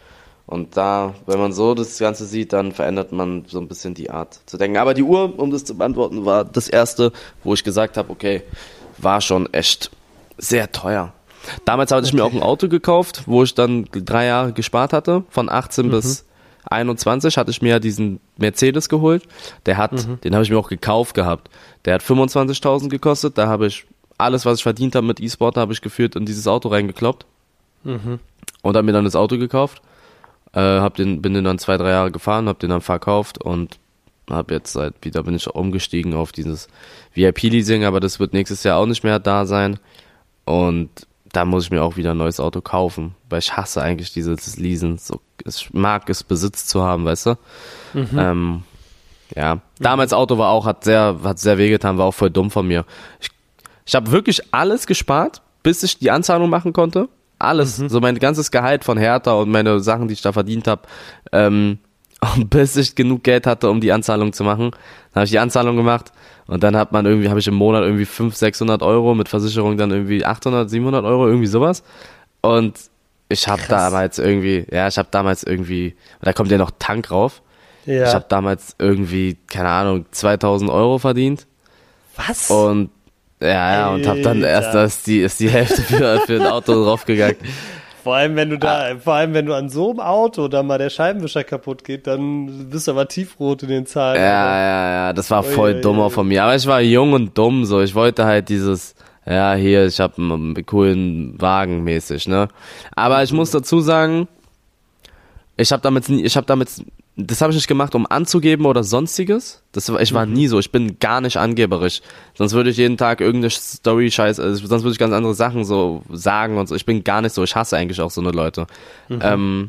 Und da, wenn man so das Ganze sieht, dann verändert man so ein bisschen die Art zu denken. Aber die Uhr, um das zu beantworten, war das erste, wo ich gesagt habe, okay, war schon echt sehr teuer. Damals hatte ich mir auch ein Auto gekauft, wo ich dann drei Jahre gespart hatte. Von achtzehn mhm. bis einundzwanzig hatte ich mir ja diesen Mercedes geholt. Der hat, mhm. den habe ich mir auch gekauft gehabt. Der hat fünfundzwanzigtausend gekostet. Da habe ich alles, was ich verdient habe mit E-Sport, habe ich geführt in dieses Auto reingekloppt. Mhm. Und habe mir dann das Auto gekauft. Äh, hab den, bin den dann zwei, drei Jahre gefahren, habe den dann verkauft und habe jetzt seit wieder bin ich umgestiegen auf dieses V I P-Leasing, aber das wird nächstes Jahr auch nicht mehr da sein. Und da muss ich mir auch wieder ein neues Auto kaufen, weil ich hasse eigentlich dieses Leasen. So, ich mag es, Besitz zu haben, weißt du? Mhm. Ähm, ja, damals Auto war auch, hat sehr, hat sehr wehgetan, war auch voll dumm von mir. Ich, ich habe wirklich alles gespart, bis ich die Anzahlung machen konnte. Alles, mhm. so mein ganzes Gehalt von Hertha und meine Sachen, die ich da verdient habe, ähm, bis ich genug Geld hatte, um die Anzahlung zu machen. Dann habe ich die Anzahlung gemacht und dann hat man irgendwie, habe ich im Monat irgendwie fünfhundert, sechshundert Euro, mit Versicherung dann irgendwie achthundert, siebenhundert Euro, irgendwie sowas. Und ich habe damals irgendwie, ja, ich habe damals irgendwie, da kommt ja noch Tank rauf. Ja. Ich habe damals irgendwie, keine Ahnung, zweitausend Euro verdient. Was? Und ja, ja, und hab dann erst, da ist die, ist die Hälfte für, für ein Auto draufgegangen. Vor allem, wenn du da, ah. vor allem, wenn du an so einem Auto da mal der Scheibenwischer kaputt geht, dann bist du aber tiefrot in den Zahlen. Ja, aber. ja, ja, das war voll oh, dumm auch von mir. Aber ich war jung und dumm, so. Ich wollte halt dieses, ja, hier, ich hab einen coolen Wagen mäßig, ne. Aber ich muss dazu sagen, ich hab damit, ich hab damit, das habe ich nicht gemacht, um anzugeben oder sonstiges. Das, ich war nie so, ich bin gar nicht angeberisch. Sonst würde ich jeden Tag irgendeine Story-Scheiß, also sonst würde ich ganz andere Sachen so sagen und so. Ich bin gar nicht so, ich hasse eigentlich auch so eine Leute. Mhm. Ähm,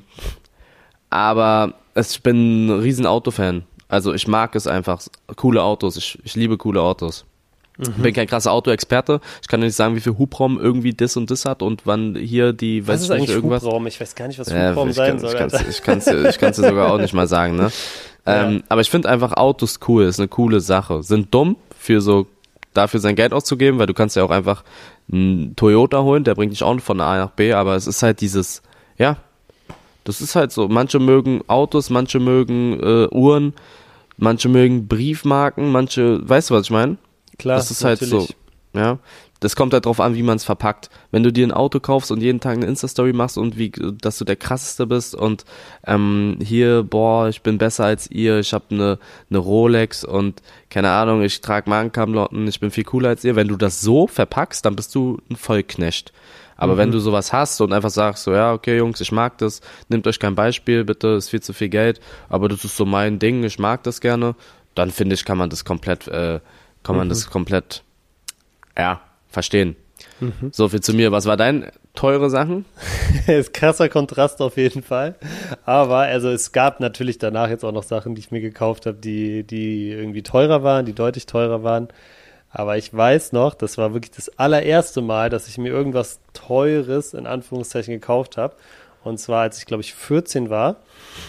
aber es, ich bin ein riesen Autofan. Also ich mag es einfach, coole Autos, ich, ich liebe coole Autos. Mhm. Bin kein krasser Autoexperte. Ich kann nicht sagen, wie viel Hubraum irgendwie das und das hat und wann hier die, was ist eigentlich irgendwas. Hubraum? Ich weiß gar nicht, was Hubraum ja, sein kann, soll. Ich kann es ich kann's, ich kann's dir sogar auch nicht mal sagen, ne? Ja. Ähm, aber ich finde einfach Autos cool, ist eine coole Sache. Sind dumm, für so dafür sein Geld auszugeben, weil du kannst ja auch einfach einen Toyota holen, der bringt dich auch von A nach B, aber es ist halt dieses, ja, das ist halt so. Manche mögen Autos, manche mögen äh, Uhren, manche mögen Briefmarken, manche, weißt du, was ich meine? Klar, das ist halt natürlich. So, ja. Das kommt halt drauf an, wie man es verpackt. Wenn du dir ein Auto kaufst und jeden Tag eine Insta-Story machst und wie, dass du der krasseste bist und ähm, hier, boah, ich bin besser als ihr, ich habe eine eine Rolex und keine Ahnung, ich trage Markenklamotten, ich bin viel cooler als ihr. Wenn du das so verpackst, dann bist du ein Vollknecht. Aber mhm. wenn du sowas hast und einfach sagst, so ja, okay Jungs, ich mag das, nehmt euch kein Beispiel, bitte, ist viel zu viel Geld, aber das ist so mein Ding, ich mag das gerne, dann finde ich, kann man das komplett äh, kann man mhm. das komplett, ja, verstehen. Mhm. So viel zu mir. Was war dein teure Sachen? Ist krasser Kontrast auf jeden Fall. Aber also es gab natürlich danach jetzt auch noch Sachen, die ich mir gekauft habe, die, die irgendwie teurer waren, die deutlich teurer waren. Aber ich weiß noch, das war wirklich das allererste Mal, dass ich mir irgendwas Teures in Anführungszeichen gekauft habe. Und zwar, als ich glaube ich vierzehn war.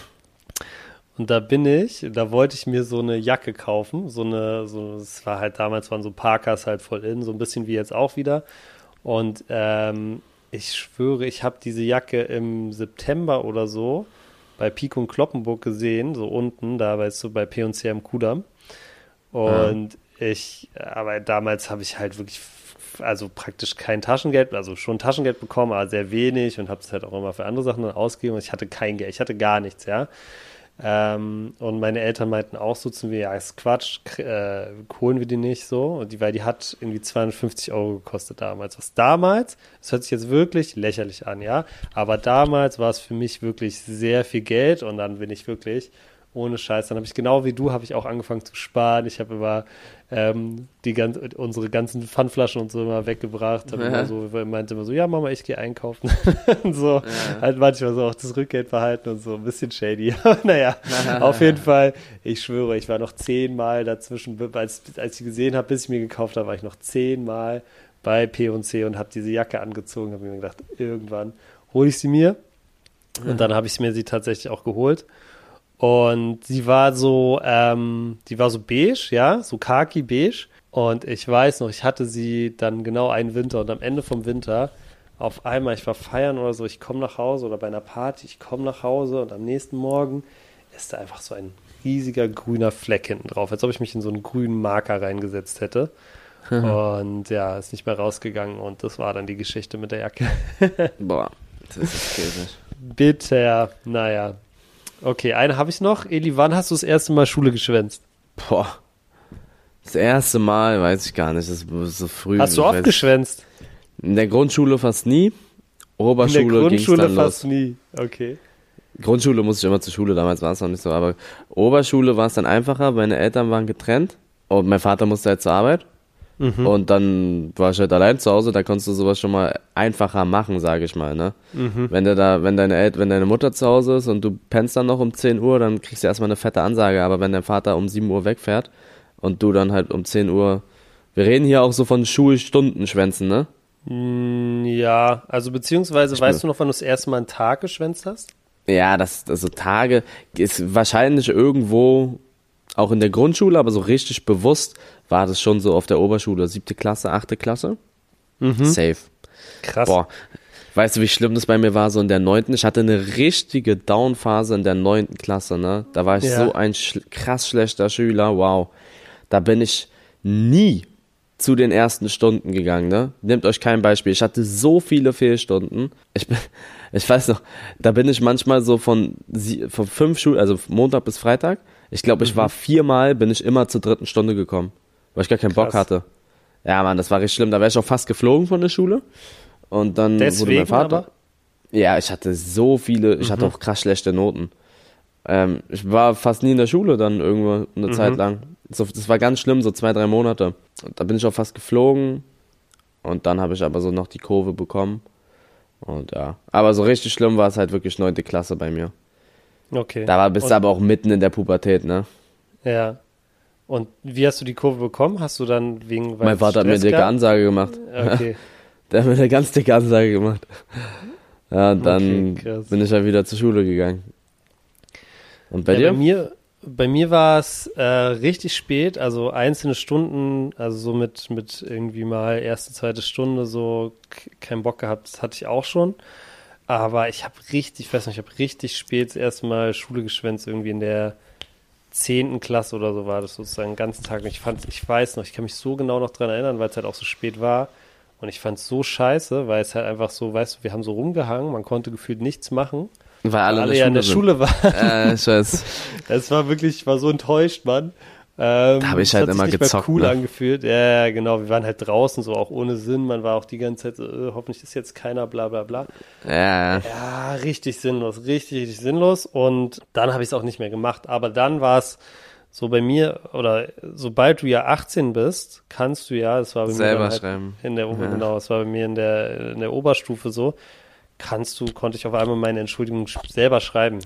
Und da bin ich, da wollte ich mir so eine Jacke kaufen, so eine, so, es war halt damals waren so Parkas halt voll in, so ein bisschen wie jetzt auch wieder. Und ähm, ich schwöre, ich habe diese Jacke im September oder so bei Pik und Kloppenburg gesehen, so unten, da weißt du, bei P und C am Kudamm. Und ja. ich, aber damals habe ich halt wirklich, also praktisch kein Taschengeld, also schon Taschengeld bekommen, aber sehr wenig und habe es halt auch immer für andere Sachen dann ausgegeben. Und ich hatte kein Geld, ich hatte gar nichts, ja. Ähm, und meine Eltern meinten auch so zu mir, ja, ist Quatsch, äh, holen wir die nicht so, und die, weil die hat irgendwie zweihundertfünfzig Euro gekostet damals. Was damals, das hört sich jetzt wirklich lächerlich an, ja, aber damals war es für mich wirklich sehr viel Geld und dann bin ich wirklich ohne Scheiß, dann habe ich genau wie du, habe ich auch angefangen zu sparen. Ich habe immer ähm, die ganz, unsere ganzen Pfandflaschen und so immer weggebracht. Habe ja. immer so, meinte immer so, ja Mama, ich gehe einkaufen. und so, ja. halt manchmal so auch das Rückgeld behalten und so, ein bisschen shady. naja, auf jeden Fall, ich schwöre, ich war noch zehnmal dazwischen, als, als ich gesehen habe, bis ich mir gekauft habe, war ich noch zehnmal bei P und C und habe diese Jacke angezogen, habe mir gedacht, irgendwann hole ich sie mir. Ja. Und dann habe ich mir sie tatsächlich auch geholt. Und sie war so, ähm, die war so beige, ja, so khaki beige. Und ich weiß noch, ich hatte sie dann genau einen Winter und am Ende vom Winter auf einmal, ich war feiern oder so, ich komme nach Hause oder bei einer Party, ich komme nach Hause und am nächsten Morgen ist da einfach so ein riesiger grüner Fleck hinten drauf, als ob ich mich in so einen grünen Marker reingesetzt hätte. Und ja, ist nicht mehr rausgegangen und das war dann die Geschichte mit der Jacke. Boah, das ist käsig. Bitter, naja. Okay, eine habe ich noch. Eli, wann hast du das erste Mal Schule geschwänzt? Boah, das erste Mal, weiß ich gar nicht, das ist so früh. Hast du oft geschwänzt? In der Grundschule fast nie, Oberschule ging es dann los. In der Grundschule fast nie, okay. Grundschule musste ich immer zur Schule, damals war es noch nicht so, aber Oberschule war es dann einfacher, meine Eltern waren getrennt und mein Vater musste halt zur Arbeit. Mhm. Und dann war ich halt allein zu Hause, da konntest du sowas schon mal einfacher machen, sage ich mal, ne? Mhm. Wenn du da, wenn deine El- wenn deine Mutter zu Hause ist und du pennst dann noch um zehn Uhr, dann kriegst du erstmal eine fette Ansage, aber wenn dein Vater um sieben Uhr wegfährt und du dann halt um zehn Uhr, wir reden hier auch so von Schulstundenschwänzen, ne? Ja, also beziehungsweise, ich weißt du noch, wann du das erste Mal einen Tag geschwänzt hast? Ja, das, also Tage ist wahrscheinlich irgendwo auch in der Grundschule, aber so richtig bewusst war das schon so auf der Oberschule, siebte Klasse, achte Klasse. Mhm. Safe. Krass. Boah, weißt du, wie schlimm das bei mir war, so in der neunten? Ich hatte eine richtige Down-Phase in der neunten Klasse, ne? Da war ich ja. so ein sch- krass schlechter Schüler, wow. Da bin ich nie zu den ersten Stunden gegangen, ne? Nehmt euch kein Beispiel. Ich hatte so viele Fehlstunden. Ich bin, ich weiß noch, da bin ich manchmal so von, von fünf Schulen, also Montag bis Freitag. Ich glaube, ich mhm. war viermal, bin ich immer zur dritten Stunde gekommen, weil ich gar keinen Krass. Bock hatte. Ja, Mann, das war richtig schlimm. Da wäre ich auch fast geflogen von der Schule. Und dann Deswegen wurde mein Vater. Aber? Ja, ich hatte so viele, ich mhm. hatte auch krass schlechte Noten. Ähm, ich war fast nie in der Schule dann irgendwo eine mhm. Zeit lang. So, das war ganz schlimm, so zwei, drei Monate. Und da bin ich auch fast geflogen. Und dann habe ich aber so noch die Kurve bekommen. Und ja. Aber so richtig schlimm war es halt wirklich neunte Klasse bei mir. Okay. Da war, bist und, du aber auch mitten in der Pubertät, ne? Ja. Und wie hast du die Kurve bekommen? Hast du dann wegen... Mein Vater hat mir eine dicke Ansage gemacht. Okay. Der hat mir eine ganz dicke Ansage gemacht. Ja, und dann okay, bin ich ja wieder zur Schule gegangen. Und bei ja, dir? Bei mir, bei mir war es äh, richtig spät, also einzelne Stunden, also so mit, mit irgendwie mal erste, zweite Stunde so k- keinen Bock gehabt, das hatte ich auch schon. Aber ich habe richtig, ich weiß nicht, ich habe richtig spät das erste Mal Schule geschwänzt, irgendwie in der zehnten Klasse oder so war das sozusagen den ganzen Tag. Und ich fand, ich weiß noch, ich kann mich so genau noch dran erinnern, weil es halt auch so spät war. Und ich fand es so scheiße, weil es halt einfach so, weißt du, wir haben so rumgehangen, man konnte gefühlt nichts machen. Weil alle, alle ja in der Schule waren. Äh, ich weiß. Es war wirklich, ich war so enttäuscht, Mann. Ähm, da habe ich halt immer gezockt. Das hat sich cool ne? angefühlt. Ja, genau. Wir waren halt draußen, so auch ohne Sinn. Man war auch die ganze Zeit so, äh, hoffentlich ist jetzt keiner, bla bla bla. Ja. Ja, richtig sinnlos, richtig, richtig sinnlos. Und dann habe ich es auch nicht mehr gemacht. Aber dann war es so bei mir, oder sobald du ja achtzehn bist, kannst du ja, das war bei selber mir halt schreiben. In der, ja. Genau, das war bei mir in der, in der Oberstufe so, kannst du, konnte ich auf einmal meine Entschuldigung selber schreiben.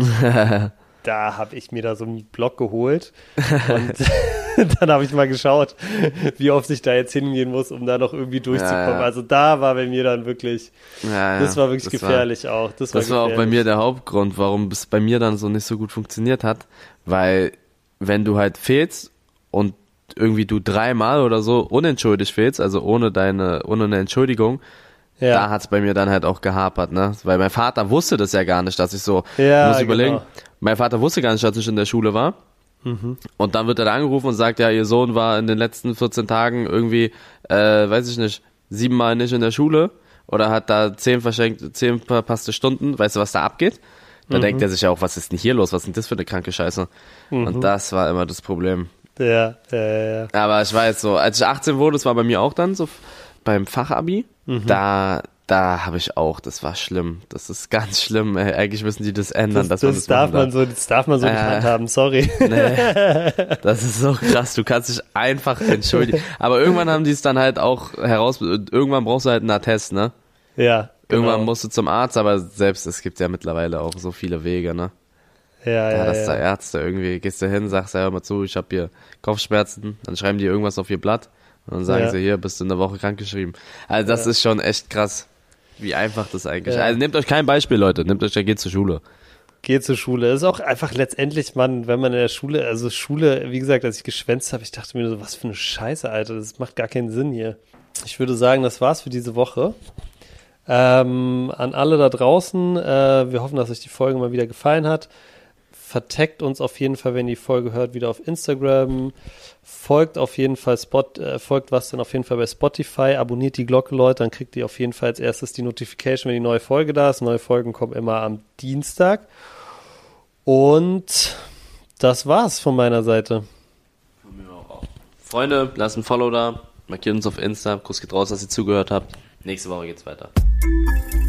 Da habe ich mir da so einen Block geholt und dann habe ich mal geschaut, wie oft ich da jetzt hingehen muss, um da noch irgendwie durchzukommen. Ja, ja. Also da war bei mir dann wirklich, ja, ja. das war wirklich das gefährlich war, auch. Das, war, das war auch bei mir der Hauptgrund, warum es bei mir dann so nicht so gut funktioniert hat, weil wenn du halt fehlst und irgendwie du dreimal oder so unentschuldigt fehlst, also ohne deine, ohne eine Entschuldigung, ja. da hat es bei mir dann halt auch gehapert, ne? Weil mein Vater wusste das ja gar nicht, dass ich so, ja, muss überlegen, genau. Mein Vater wusste gar nicht, dass ich in der Schule war. Mhm. Und dann wird er da angerufen und sagt, ja, ihr Sohn war in den letzten vierzehn Tagen irgendwie, äh, weiß ich nicht, siebenmal nicht in der Schule oder hat da zehn verschenkt, zehn verpasste Stunden. Weißt du, was da abgeht? Da mhm. denkt er sich ja auch, was ist denn hier los? Was ist denn das für eine kranke Scheiße? Mhm. Und das war immer das Problem. Ja, ja, ja. Aber ich weiß so, als ich achtzehn wurde, das war bei mir auch dann so beim Fachabi, mhm. da da habe ich auch, das war schlimm. Das ist ganz schlimm. Ey. Eigentlich müssen die das ändern. Das, dass das, das, darf man so, das darf man so äh, nicht handhaben, sorry. Nee, das ist so krass. Du kannst dich einfach entschuldigen. Aber irgendwann haben die es dann halt auch heraus, irgendwann brauchst du halt einen Attest, ne? Ja. Genau. Irgendwann musst du zum Arzt, aber selbst, es gibt ja mittlerweile auch so viele Wege, ne? Ja, ja, ja. Dass ja. da Ärzte irgendwie, gehst du hin, sagst, ja, hör mal zu, ich habe hier Kopfschmerzen, dann schreiben die irgendwas auf ihr Blatt und dann sagen ja. sie, hier, bist du eine Woche krankgeschrieben. Also das ja. ist schon echt krass. Wie einfach das eigentlich ist. Ja. Also nehmt euch kein Beispiel, Leute. Nehmt euch, ja, geht zur Schule. Geht zur Schule. Das ist auch einfach letztendlich, man, wenn man in der Schule, also Schule, wie gesagt, als ich geschwänzt habe, ich dachte mir so, was für eine Scheiße, Alter. Das macht gar keinen Sinn hier. Ich würde sagen, das war's für diese Woche. Ähm, an alle da draußen, äh, wir hoffen, dass euch die Folge mal wieder gefallen hat. Verteckt uns auf jeden Fall, wenn ihr die Folge hört, wieder auf Instagram. Folgt auf jeden Fall Spot, äh, folgt was denn auf jeden Fall bei Spotify. Abonniert die Glocke, Leute, dann kriegt ihr auf jeden Fall als erstes die Notification, wenn die neue Folge da ist. Neue Folgen kommen immer am Dienstag. Und das war's von meiner Seite. Freunde, lasst ein Follow da, markiert uns auf Insta, Kuss geht raus, dass ihr zugehört habt. Nächste Woche geht's weiter.